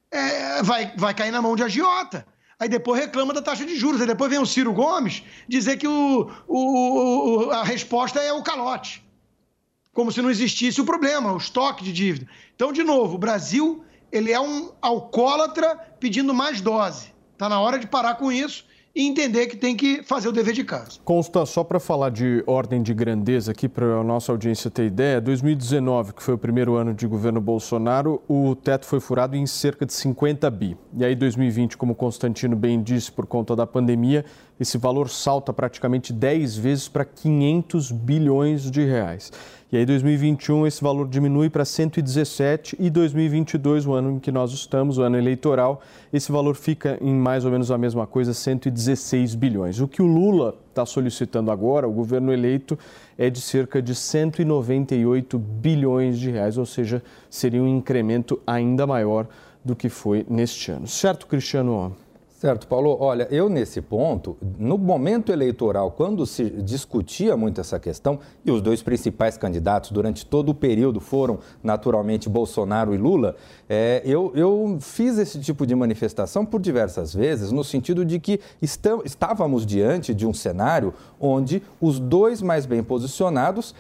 S6: Vai cair na mão de agiota. Aí depois reclama da taxa de juros. Aí depois vem o Ciro Gomes dizer que a resposta é o calote. Como se não existisse o problema, o estoque de dívida. Então, de novo, o Brasil ele é um alcoólatra pedindo mais dose. Está na hora de parar com isso e entender que tem que fazer o dever de casa.
S5: Consta, só para falar de ordem de grandeza aqui, para a nossa audiência ter ideia, 2019, que foi o primeiro ano de governo Bolsonaro, o teto foi furado em cerca de 50 bi. E aí 2020, como o Constantino bem disse, por conta da pandemia, esse valor salta praticamente 10 vezes para 500 bilhões de reais. E aí, em 2021, esse valor diminui para 117 e 2022, o ano em que nós estamos, o ano eleitoral, esse valor fica em mais ou menos a mesma coisa, 116 bilhões. O que o Lula está solicitando agora, o governo eleito, é de cerca de 198 bilhões de reais, ou seja, seria um incremento ainda maior do que foi neste ano. Certo, Cristiano?
S8: Certo, Paulo. Olha, eu nesse ponto, no momento eleitoral, quando se discutia muito essa questão, e os dois principais candidatos durante todo o período foram, naturalmente, Bolsonaro e Lula, eu fiz esse tipo de manifestação por diversas vezes, no sentido de que estávamos diante de um cenário onde os dois mais bem posicionados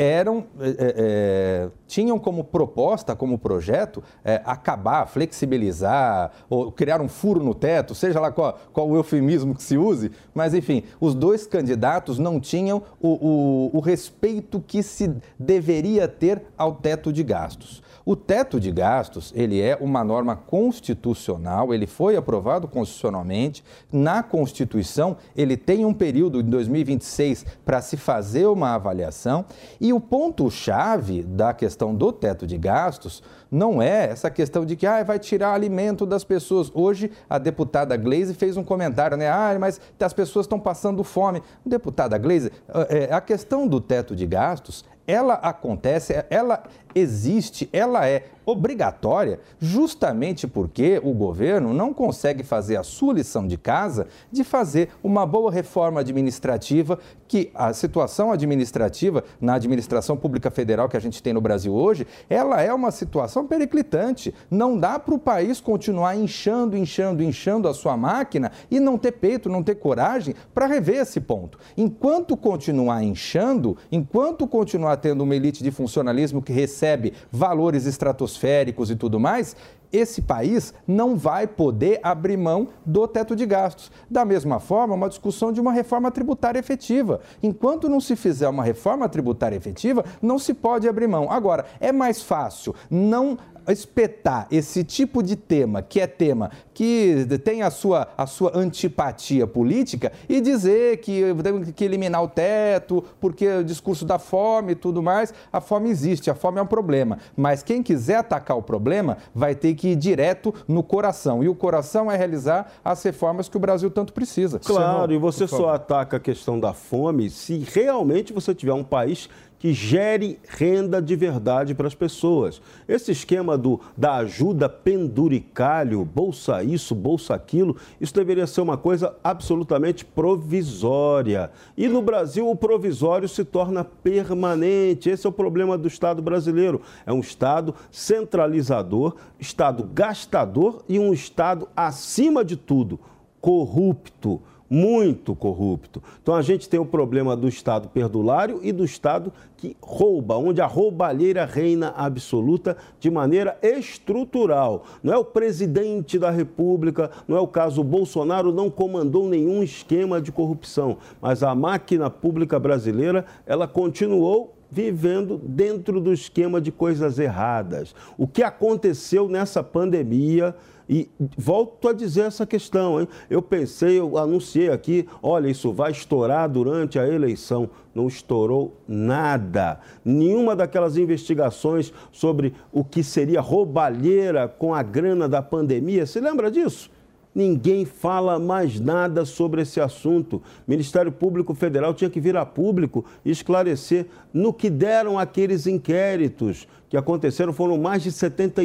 S8: tinham como proposta, como projeto, acabar, flexibilizar, ou criar um furo no teto, seja lá qual o eufemismo que se use, mas enfim, os dois candidatos não tinham o respeito que se deveria ter ao teto de gastos. O teto de gastos, ele é uma norma constitucional, ele foi aprovado constitucionalmente. Na Constituição, ele tem um período, em 2026, para se fazer uma avaliação. E o ponto-chave da questão do teto de gastos não é essa questão de que vai tirar alimento das pessoas. Hoje, a deputada Gleisi fez um comentário, né? Mas as pessoas estão passando fome. Deputada Gleisi, a questão do teto de gastos, ela acontece, ela existe, ela é obrigatória justamente porque o governo não consegue fazer a sua lição de casa de fazer uma boa reforma administrativa, que a situação administrativa na administração pública federal que a gente tem no Brasil hoje, ela é uma situação periclitante. Não dá para o país continuar inchando a sua máquina e não ter peito, não ter coragem para rever esse ponto. Enquanto continuar inchando, enquanto continuar tendo uma elite de funcionalismo que recebe valores estratosféricos e tudo mais, esse país não vai poder abrir mão do teto de gastos. Da mesma forma, uma discussão de uma reforma tributária efetiva. Enquanto não se fizer uma reforma tributária efetiva, não se pode abrir mão. Agora, é mais fácil não espetar esse tipo de tema, que é tema que tem a sua antipatia política, e dizer que tem que eliminar o teto, porque o discurso da fome e tudo mais, a fome existe, a fome é um problema. Mas quem quiser atacar o problema vai ter que ir direto no coração. E o coração é realizar as reformas que o Brasil tanto precisa.
S7: Claro, e você só ataca a questão da fome se realmente você tiver um país que gere renda de verdade para as pessoas. Esse esquema da ajuda penduricalho, bolsa isso, bolsa aquilo, isso deveria ser uma coisa absolutamente provisória. E no Brasil o provisório se torna permanente. Esse é o problema do Estado brasileiro. É um Estado centralizador, Estado gastador e um Estado, acima de tudo, corrupto. Muito corrupto. Então a gente tem o problema do Estado perdulário e do Estado que rouba, onde a roubalheira reina absoluta de maneira estrutural. Não é o presidente da República, não é o caso Bolsonaro, não comandou nenhum esquema de corrupção, mas a máquina pública brasileira, ela continuou vivendo dentro do esquema de coisas erradas. O que aconteceu nessa pandemia... E volto a dizer essa questão, hein? Eu anunciei aqui, olha, isso vai estourar durante a eleição. Não estourou nada. Nenhuma daquelas investigações sobre o que seria roubalheira com a grana da pandemia. Se lembra disso? Ninguém fala mais nada sobre esse assunto. O Ministério Público Federal tinha que vir a público e esclarecer no que deram aqueles inquéritos que aconteceram. Foram mais de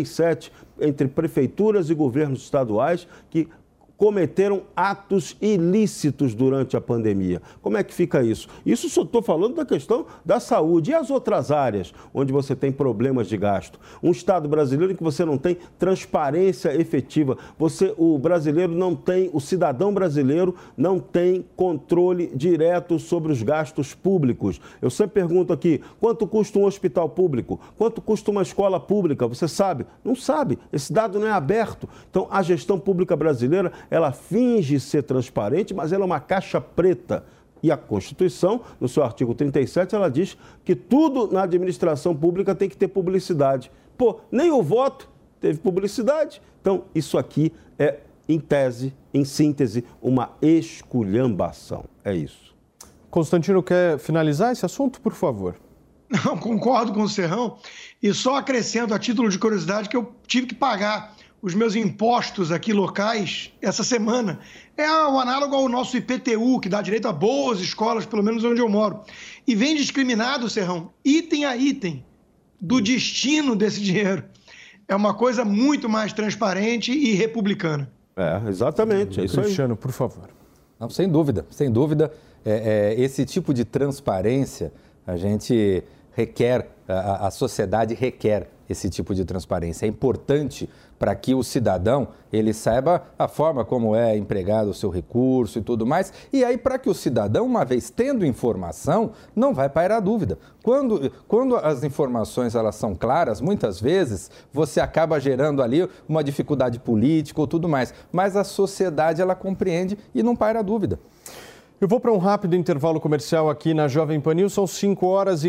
S7: 77 entre prefeituras e governos estaduais que cometeram atos ilícitos durante a pandemia. Como é que fica isso? Isso só estou falando da questão da saúde e as outras áreas onde você tem problemas de gasto. Um Estado brasileiro em que você não tem transparência efetiva. O brasileiro não tem, o cidadão brasileiro não tem controle direto sobre os gastos públicos. Eu sempre pergunto aqui, quanto custa um hospital público? Quanto custa uma escola pública? Você sabe? Não sabe. Esse dado não é aberto. Então, a gestão pública brasileira, ela finge ser transparente, mas ela é uma caixa preta. E a Constituição, no seu artigo 37, ela diz que tudo na administração pública tem que ter publicidade. Pô, nem o voto teve publicidade. Então, isso aqui é, em tese, em síntese, uma esculhambação. É isso.
S5: Constantino, quer finalizar esse assunto, por favor?
S6: Não, concordo com o Serrão. E só acrescento, a título de curiosidade, que eu tive que pagar os meus impostos aqui locais essa semana. É o análogo ao nosso IPTU, que dá direito a boas escolas, pelo menos onde eu moro. E vem discriminado, Serrão, item a item, do destino desse dinheiro. É uma coisa muito mais transparente e republicana.
S7: É, exatamente. É isso aí.
S5: Cristiano, por favor.
S8: Não, sem dúvida, sem dúvida. Esse tipo de transparência a gente requer, a sociedade requer esse tipo de transparência. É importante para que o cidadão ele saiba a forma como é empregado o seu recurso e tudo mais. E aí, para que o cidadão, uma vez tendo informação, não vai pairar dúvida. Quando as informações elas são claras, muitas vezes você acaba gerando ali uma dificuldade política ou tudo mais. Mas a sociedade ela compreende e não paira dúvida.
S5: Eu vou para um rápido intervalo comercial aqui na Jovem Pan News, são 5 horas e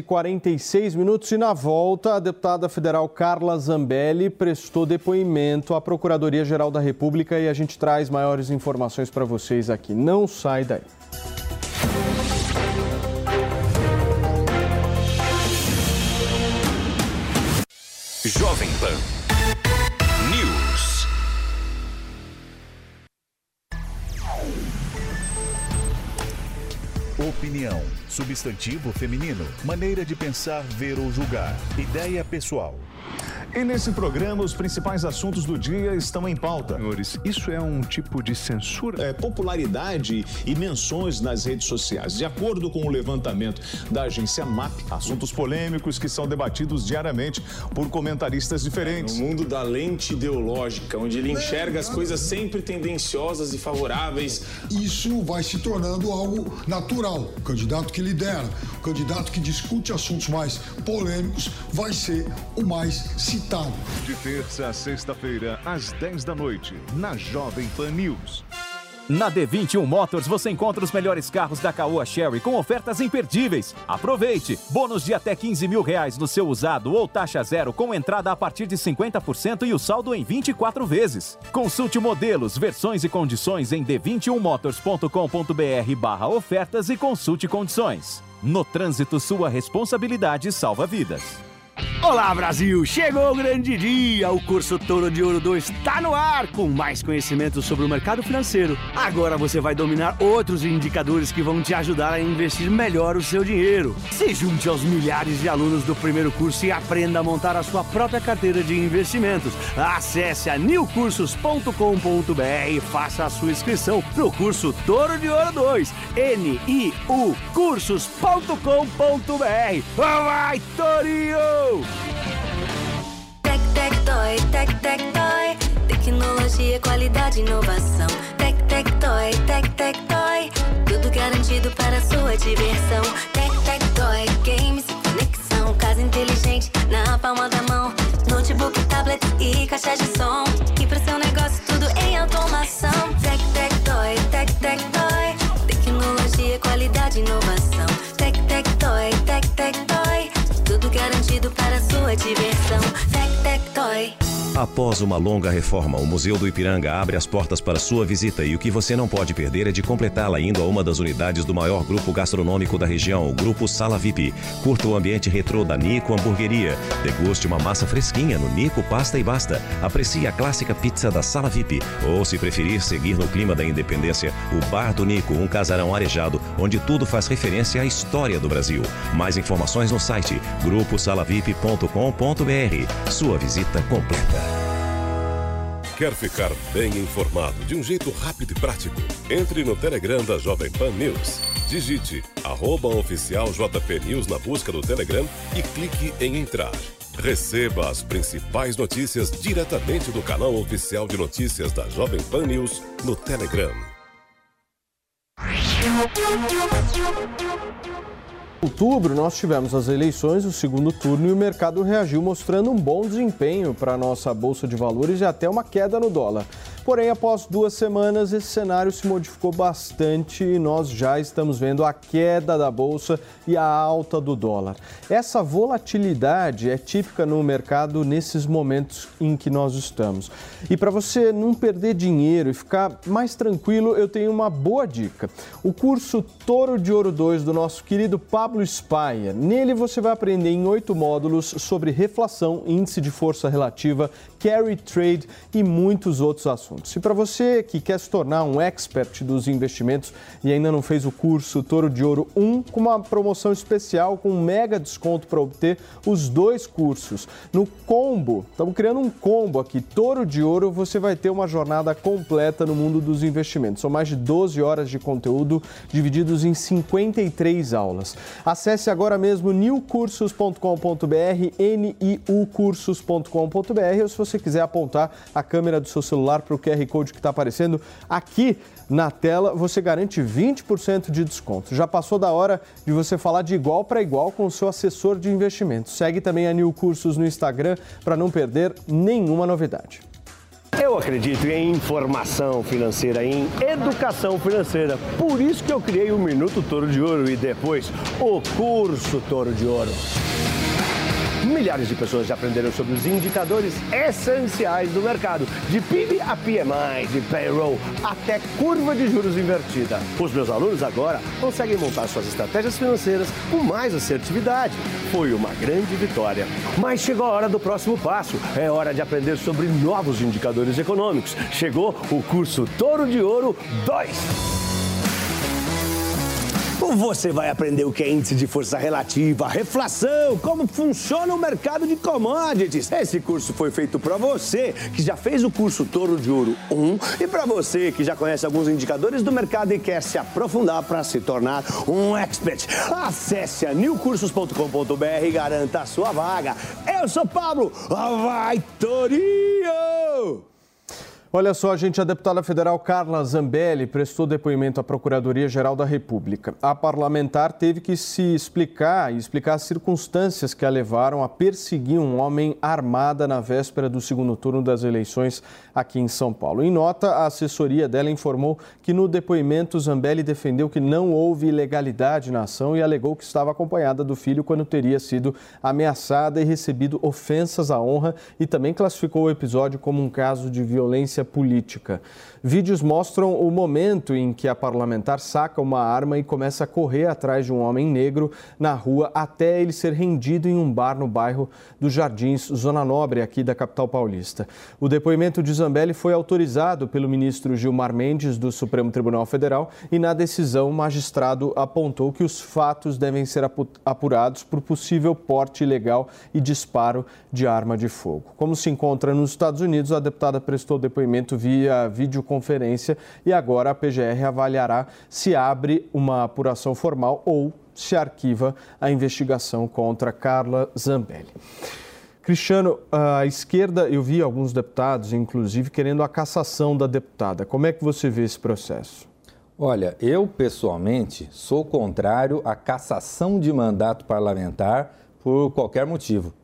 S5: 46 minutos e na volta a deputada federal Carla Zambelli prestou depoimento à Procuradoria-Geral da República e a gente traz maiores informações para vocês aqui. Não sai daí.
S9: Jovem Pan News.
S11: Opinião, substantivo feminino, maneira de pensar, ver ou julgar, ideia pessoal. E nesse programa, os principais assuntos do dia estão em pauta.
S14: Senhores, isso é um tipo de censura?
S15: Popularidade e menções nas redes sociais. De acordo com o levantamento da agência MAP.
S11: Assuntos polêmicos que são debatidos diariamente por comentaristas diferentes.
S16: No mundo da lente ideológica, onde ele enxerga as coisas sempre tendenciosas e favoráveis.
S17: Isso vai se tornando algo natural. O candidato que lidera, o candidato que discute assuntos mais polêmicos, vai ser o mais citado.
S11: De terça a sexta-feira, às 10 da noite, na Jovem Pan News.
S10: Na D21 Motors você encontra os melhores carros da Caoa Chery com ofertas imperdíveis. Aproveite! Bônus de até R$15 mil no seu usado ou taxa zero com entrada a partir de 50% e o saldo em 24 vezes. Consulte modelos, versões e condições em d21motors.com.br/ofertas e consulte condições. No trânsito, sua responsabilidade salva vidas.
S18: Olá, Brasil! Chegou o grande dia! O curso Toro de Ouro 2 está no ar, com mais conhecimento sobre o mercado financeiro. Agora você vai dominar outros indicadores que vão te ajudar a investir melhor o seu dinheiro. Se junte aos milhares de alunos do primeiro curso e aprenda a montar a sua própria carteira de investimentos. Acesse a newcursos.com.br e faça a sua inscrição no curso Toro de Ouro 2. NIU cursos.com.br. Vai, Torinho!
S12: Tec, tec, toy, tec, tec, toy. Tecnologia, qualidade, inovação. Tec, tec, toy, tec, tec, toy. Tudo garantido para sua diversão. Tec, tec, toy, games e conexão. Casa inteligente na palma da mão. Notebook, tablet e caixa de som. E para seu negócio tudo em automação. Tec, tec, toy, tec, tec, toy. Tecnologia, qualidade, inovação. Tec, tec, toy, tec, tec, toy. Tudo garantido para sua diversão. Tec, tec, toy.
S19: Após uma longa reforma, o Museu do Ipiranga abre as portas para sua visita e o que você não pode perder é de completá-la indo a uma das unidades do maior grupo gastronômico da região, o Grupo Sala VIP. Curta o ambiente retrô da Nico Hamburgueria. Deguste uma massa fresquinha no Nico Pasta e Basta. Aprecie a clássica pizza da Sala VIP. Ou, se preferir seguir no clima da independência, o Bar do Nico, um casarão arejado, onde tudo faz referência à história do Brasil. Mais informações no site gruposalavip.com.br. Sua visita completa.
S20: Quer ficar bem informado de um jeito rápido e prático? Entre no Telegram da Jovem Pan News. Digite @oficialJPNews na busca do Telegram e clique em entrar. Receba as principais notícias diretamente do canal oficial de notícias da Jovem Pan News no Telegram.
S5: Em outubro, nós tivemos as eleições, o segundo turno, e o mercado reagiu mostrando um bom desempenho para a nossa Bolsa de Valores e até uma queda no dólar. Porém, após 2 semanas, esse cenário se modificou bastante e nós já estamos vendo a queda da Bolsa e a alta do dólar. Essa volatilidade é típica no mercado nesses momentos em que nós estamos. E para você não perder dinheiro e ficar mais tranquilo, eu tenho uma boa dica. O curso Toro de Ouro 2 do nosso querido Pablo Spayer. Nele você vai aprender em 8 módulos sobre reflação, índice de força relativa, carry trade e muitos outros assuntos. E para você que quer se tornar um expert dos investimentos e ainda não fez o curso Toro de Ouro 1, com uma promoção especial com um mega desconto para obter os 2 cursos. No combo, estamos criando um combo aqui, Toro de Ouro, você vai ter uma jornada completa no mundo dos investimentos. São mais de 12 horas de conteúdo divididos em 53 aulas. Acesse agora mesmo newcursos.com.br, niucursos.com.br, ou se você quiser apontar a câmera do seu celular para o QR Code que está aparecendo aqui na tela, você garante 20% de desconto. Já passou da hora de você falar de igual para igual com o seu assessor de investimentos. Segue também a New Cursos no Instagram para não perder nenhuma novidade.
S18: Eu acredito em informação financeira, em educação financeira. Por isso que eu criei o Minuto Toro de Ouro e depois o Curso Toro de Ouro. Milhares de pessoas já aprenderam sobre os indicadores essenciais do mercado, de PIB a PMI, de payroll até curva de juros invertida. Os meus alunos agora conseguem montar suas estratégias financeiras com mais assertividade. Foi uma grande vitória. Mas chegou a hora do próximo passo. É hora de aprender sobre novos indicadores econômicos. Chegou o curso Toro de Ouro 2. Você vai aprender o que é índice de força relativa, reflação, como funciona o mercado de commodities. Esse curso foi feito para você que já fez o curso Toro de Ouro 1 e para você que já conhece alguns indicadores do mercado e quer se aprofundar para se tornar um expert. Acesse a newcursos.com.br e garanta a sua vaga. Eu sou Pablo, vai Torinho!
S5: Olha só, gente, a deputada federal Carla Zambelli prestou depoimento à Procuradoria-Geral da República. A parlamentar teve que se explicar as circunstâncias que a levaram a perseguir um homem armada na véspera do segundo turno das eleições aqui em São Paulo. Em nota, a assessoria dela informou que no depoimento Zambelli defendeu que não houve ilegalidade na ação e alegou que estava acompanhada do filho quando teria sido ameaçada e recebido ofensas à honra e também classificou o episódio como um caso de violência violência política. Vídeos mostram o momento em que a parlamentar saca uma arma e começa a correr atrás de um homem negro na rua até ele ser rendido em um bar no bairro dos Jardins, Zona Nobre, aqui da capital paulista. O depoimento de Zambelli foi autorizado pelo ministro Gilmar Mendes, do Supremo Tribunal Federal, e na decisão o magistrado apontou que os fatos devem ser apurados por possível porte ilegal e disparo de arma de fogo. Como se encontra nos Estados Unidos, a deputada prestou depoimento via videoconferência e agora a PGR avaliará se abre uma apuração formal ou se arquiva a investigação contra Carla Zambelli. Cristiano, a esquerda, eu vi alguns deputados, inclusive, querendo a cassação da deputada. Como é que você vê esse processo?
S8: Olha, eu pessoalmente sou contrário à cassação de mandato parlamentar por qualquer motivo.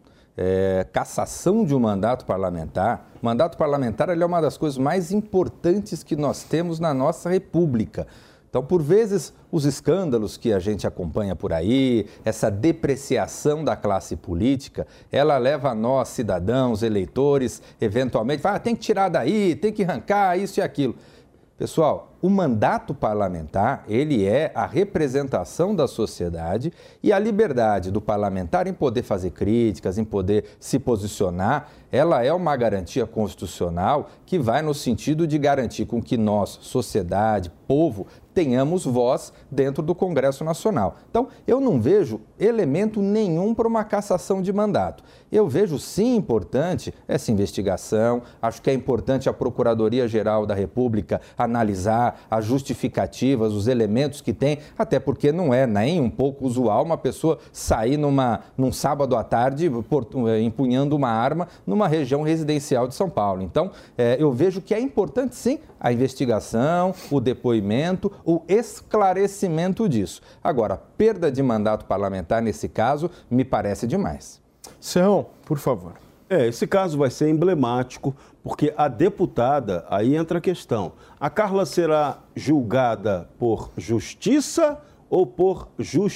S8: Cassação de um mandato parlamentar ele é uma das coisas mais importantes que nós temos na nossa República. Então, por vezes, os escândalos que a gente acompanha por aí, essa depreciação da classe política, ela leva a nós, cidadãos, eleitores, eventualmente, tem que tirar daí, tem que arrancar isso e aquilo. Pessoal, o mandato parlamentar, ele é a representação da sociedade e a liberdade do parlamentar em poder fazer críticas, em poder se posicionar, ela é uma garantia constitucional que vai no sentido de garantir com que nós, sociedade, povo, tenhamos voz dentro do Congresso Nacional. Então, eu não vejo elemento nenhum para uma cassação de mandato. Eu vejo, sim, importante essa investigação, acho que é importante a Procuradoria-Geral da República analisar as justificativas, os elementos que tem, até porque não é nem um pouco usual uma pessoa sair num sábado à tarde empunhando uma arma numa região residencial de São Paulo. Então, eu vejo que é importante, sim, a investigação, o depoimento, o esclarecimento disso. Agora, perda de mandato parlamentar, nesse caso, me parece demais.
S5: Serrão, por favor.
S7: Esse caso vai ser emblemático, porque a deputada, aí entra a questão, a Carla será julgada por justiça ou por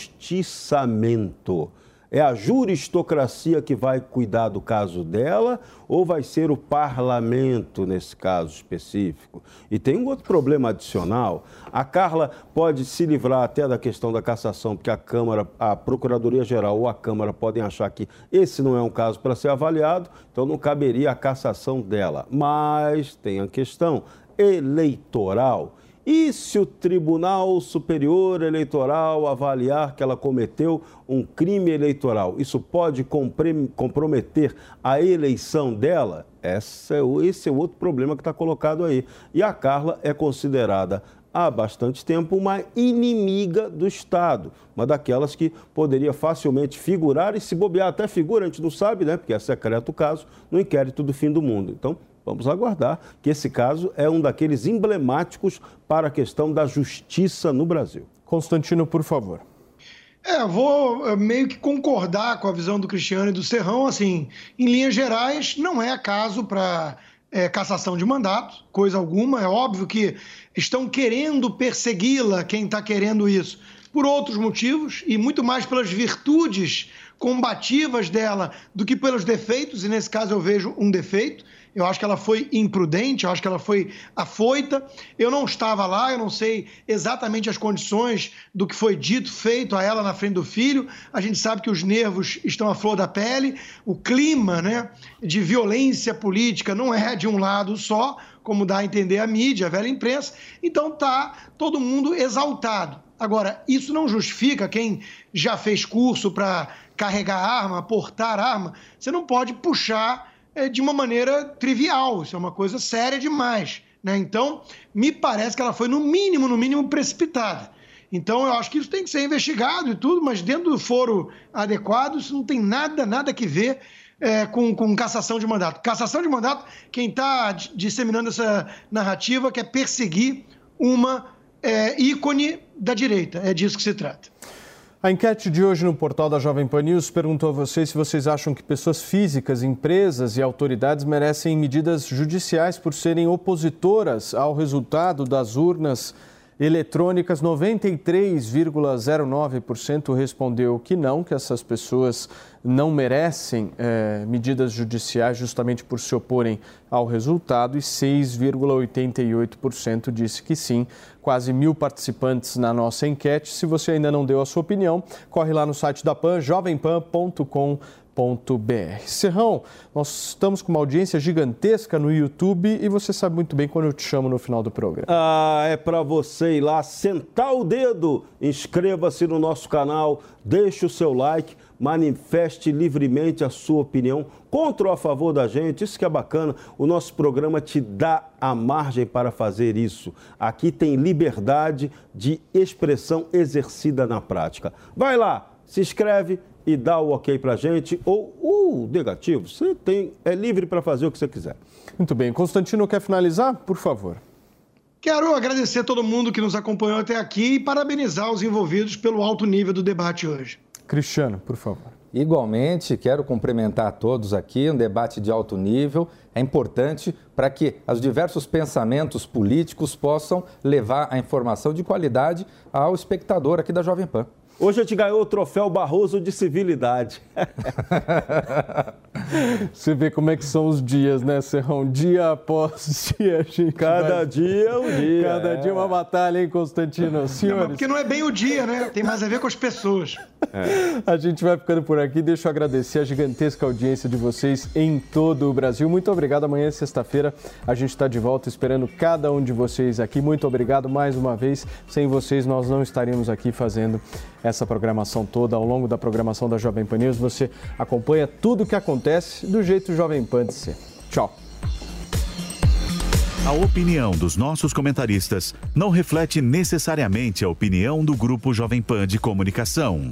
S7: justiçamento? É a juristocracia que vai cuidar do caso dela ou vai ser o parlamento nesse caso específico? E tem um outro problema adicional. A Carla pode se livrar até da questão da cassação, porque a Procuradoria-Geral ou a Câmara podem achar que esse não é um caso para ser avaliado, então não caberia a cassação dela. Mas tem a questão eleitoral. E se o Tribunal Superior Eleitoral avaliar que ela cometeu um crime eleitoral, isso pode comprometer a eleição dela? Esse é o outro problema que está colocado aí. E a Carla é considerada há bastante tempo uma inimiga do Estado, uma daquelas que poderia facilmente figurar e se bobear até figura, a gente não sabe, né? Porque é secreto o caso, no inquérito do fim do mundo. Então, vamos aguardar que esse caso é um daqueles emblemáticos para a questão da justiça no Brasil.
S5: Constantino, por favor.
S6: Eu vou meio que concordar com a visão do Cristiano e do Serrão. Assim, em linhas gerais, não é caso para cassação de mandato, coisa alguma. É óbvio que estão querendo persegui-la, quem está querendo isso, por outros motivos e muito mais pelas virtudes combativas dela do que pelos defeitos, e nesse caso eu vejo um defeito. Eu acho que ela foi imprudente, eu acho que ela foi afoita. Eu não estava lá, eu não sei exatamente as condições do que foi dito, feito a ela na frente do filho. A gente sabe que os nervos estão à flor da pele. O clima, né, de violência política não é de um lado só, como dá a entender a mídia, a velha imprensa. Então tá todo mundo exaltado. Agora, isso não justifica quem já fez curso para carregar arma, portar arma. Você não pode puxar de uma maneira trivial, isso é uma coisa séria demais, né? Então, me parece que ela foi no mínimo precipitada. Então, eu acho que isso tem que ser investigado e tudo, mas dentro do foro adequado, isso não tem nada que ver com cassação de mandato. Cassação de mandato, quem está disseminando essa narrativa quer perseguir uma ícone da direita, é disso que se trata.
S5: A enquete de hoje no portal da Jovem Pan News perguntou a vocês se vocês acham que pessoas físicas, empresas e autoridades merecem medidas judiciais por serem opositoras ao resultado das urnas eletrônicas, 93,09% respondeu que não, que essas pessoas não merecem medidas judiciais justamente por se oporem ao resultado, e 6,88% disse que sim. Quase 1.000 participantes na nossa enquete. Se você ainda não deu a sua opinião, corre lá no site da PAN, jovempan.com.br. Serrão, nós estamos com uma audiência gigantesca no YouTube e você sabe muito bem quando eu te chamo no final do programa.
S7: É para você ir lá, sentar o dedo, inscreva-se no nosso canal, deixe o seu like, manifeste livremente a sua opinião contra ou a favor da gente, isso que é bacana, o nosso programa te dá a margem para fazer isso. Aqui tem liberdade de expressão exercida na prática. Vai lá, se inscreve e dá o ok pra gente, ou o negativo, você é livre para fazer o que você quiser.
S5: Muito bem. Constantino, quer finalizar? Por favor.
S6: Quero agradecer a todo mundo que nos acompanhou até aqui e parabenizar os envolvidos pelo alto nível do debate hoje.
S5: Cristiano, por favor.
S8: Igualmente, quero cumprimentar a todos aqui, um debate de alto nível. É importante para que os diversos pensamentos políticos possam levar a informação de qualidade ao espectador aqui da Jovem Pan.
S7: Hoje a gente ganhou o troféu Barroso de civilidade.
S5: Você vê como é que são os dias, né, Serrão? Dia após dia, a gente
S7: Cada dia é um dia.
S5: Cada dia uma batalha, hein, Constantino? Senhores...
S6: Porque não é bem o dia, né? Tem mais a ver com as pessoas.
S5: A gente vai ficando por aqui. Deixa eu agradecer a gigantesca audiência de vocês em todo o Brasil. Muito obrigado. Amanhã, sexta-feira, a gente está de volta esperando cada um de vocês aqui. Muito obrigado mais uma vez. Sem vocês, nós não estaríamos aqui fazendo essa programação toda. Ao longo da programação da Jovem Pan News, você acompanha tudo o que acontece do jeito Jovem Pan de ser. Tchau.
S11: A opinião dos nossos comentaristas não reflete necessariamente a opinião do Grupo Jovem Pan de Comunicação.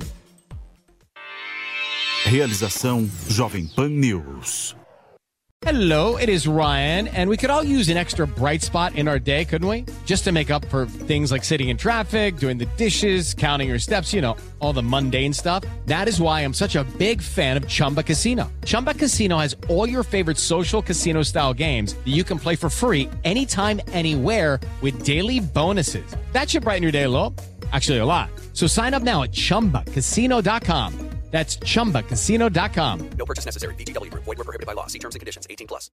S11: Realização Jovem Pan News.
S21: Hello, it is Ryan, and we could all use an extra bright spot in our day, couldn't we? Just to make up for things like sitting in traffic, doing the dishes, counting your steps, you know, all the mundane stuff. That is why I'm such a big fan of Chumba Casino. Chumba Casino has all your favorite social casino-style games that you can play for free anytime, anywhere with daily bonuses. That should brighten your day a little. Actually, a lot. So sign up now at ChumbaCasino.com. That's ChumbaCasino.com.
S22: No purchase necessary. VGW Group. Void where prohibited by law. See terms and conditions. 18+.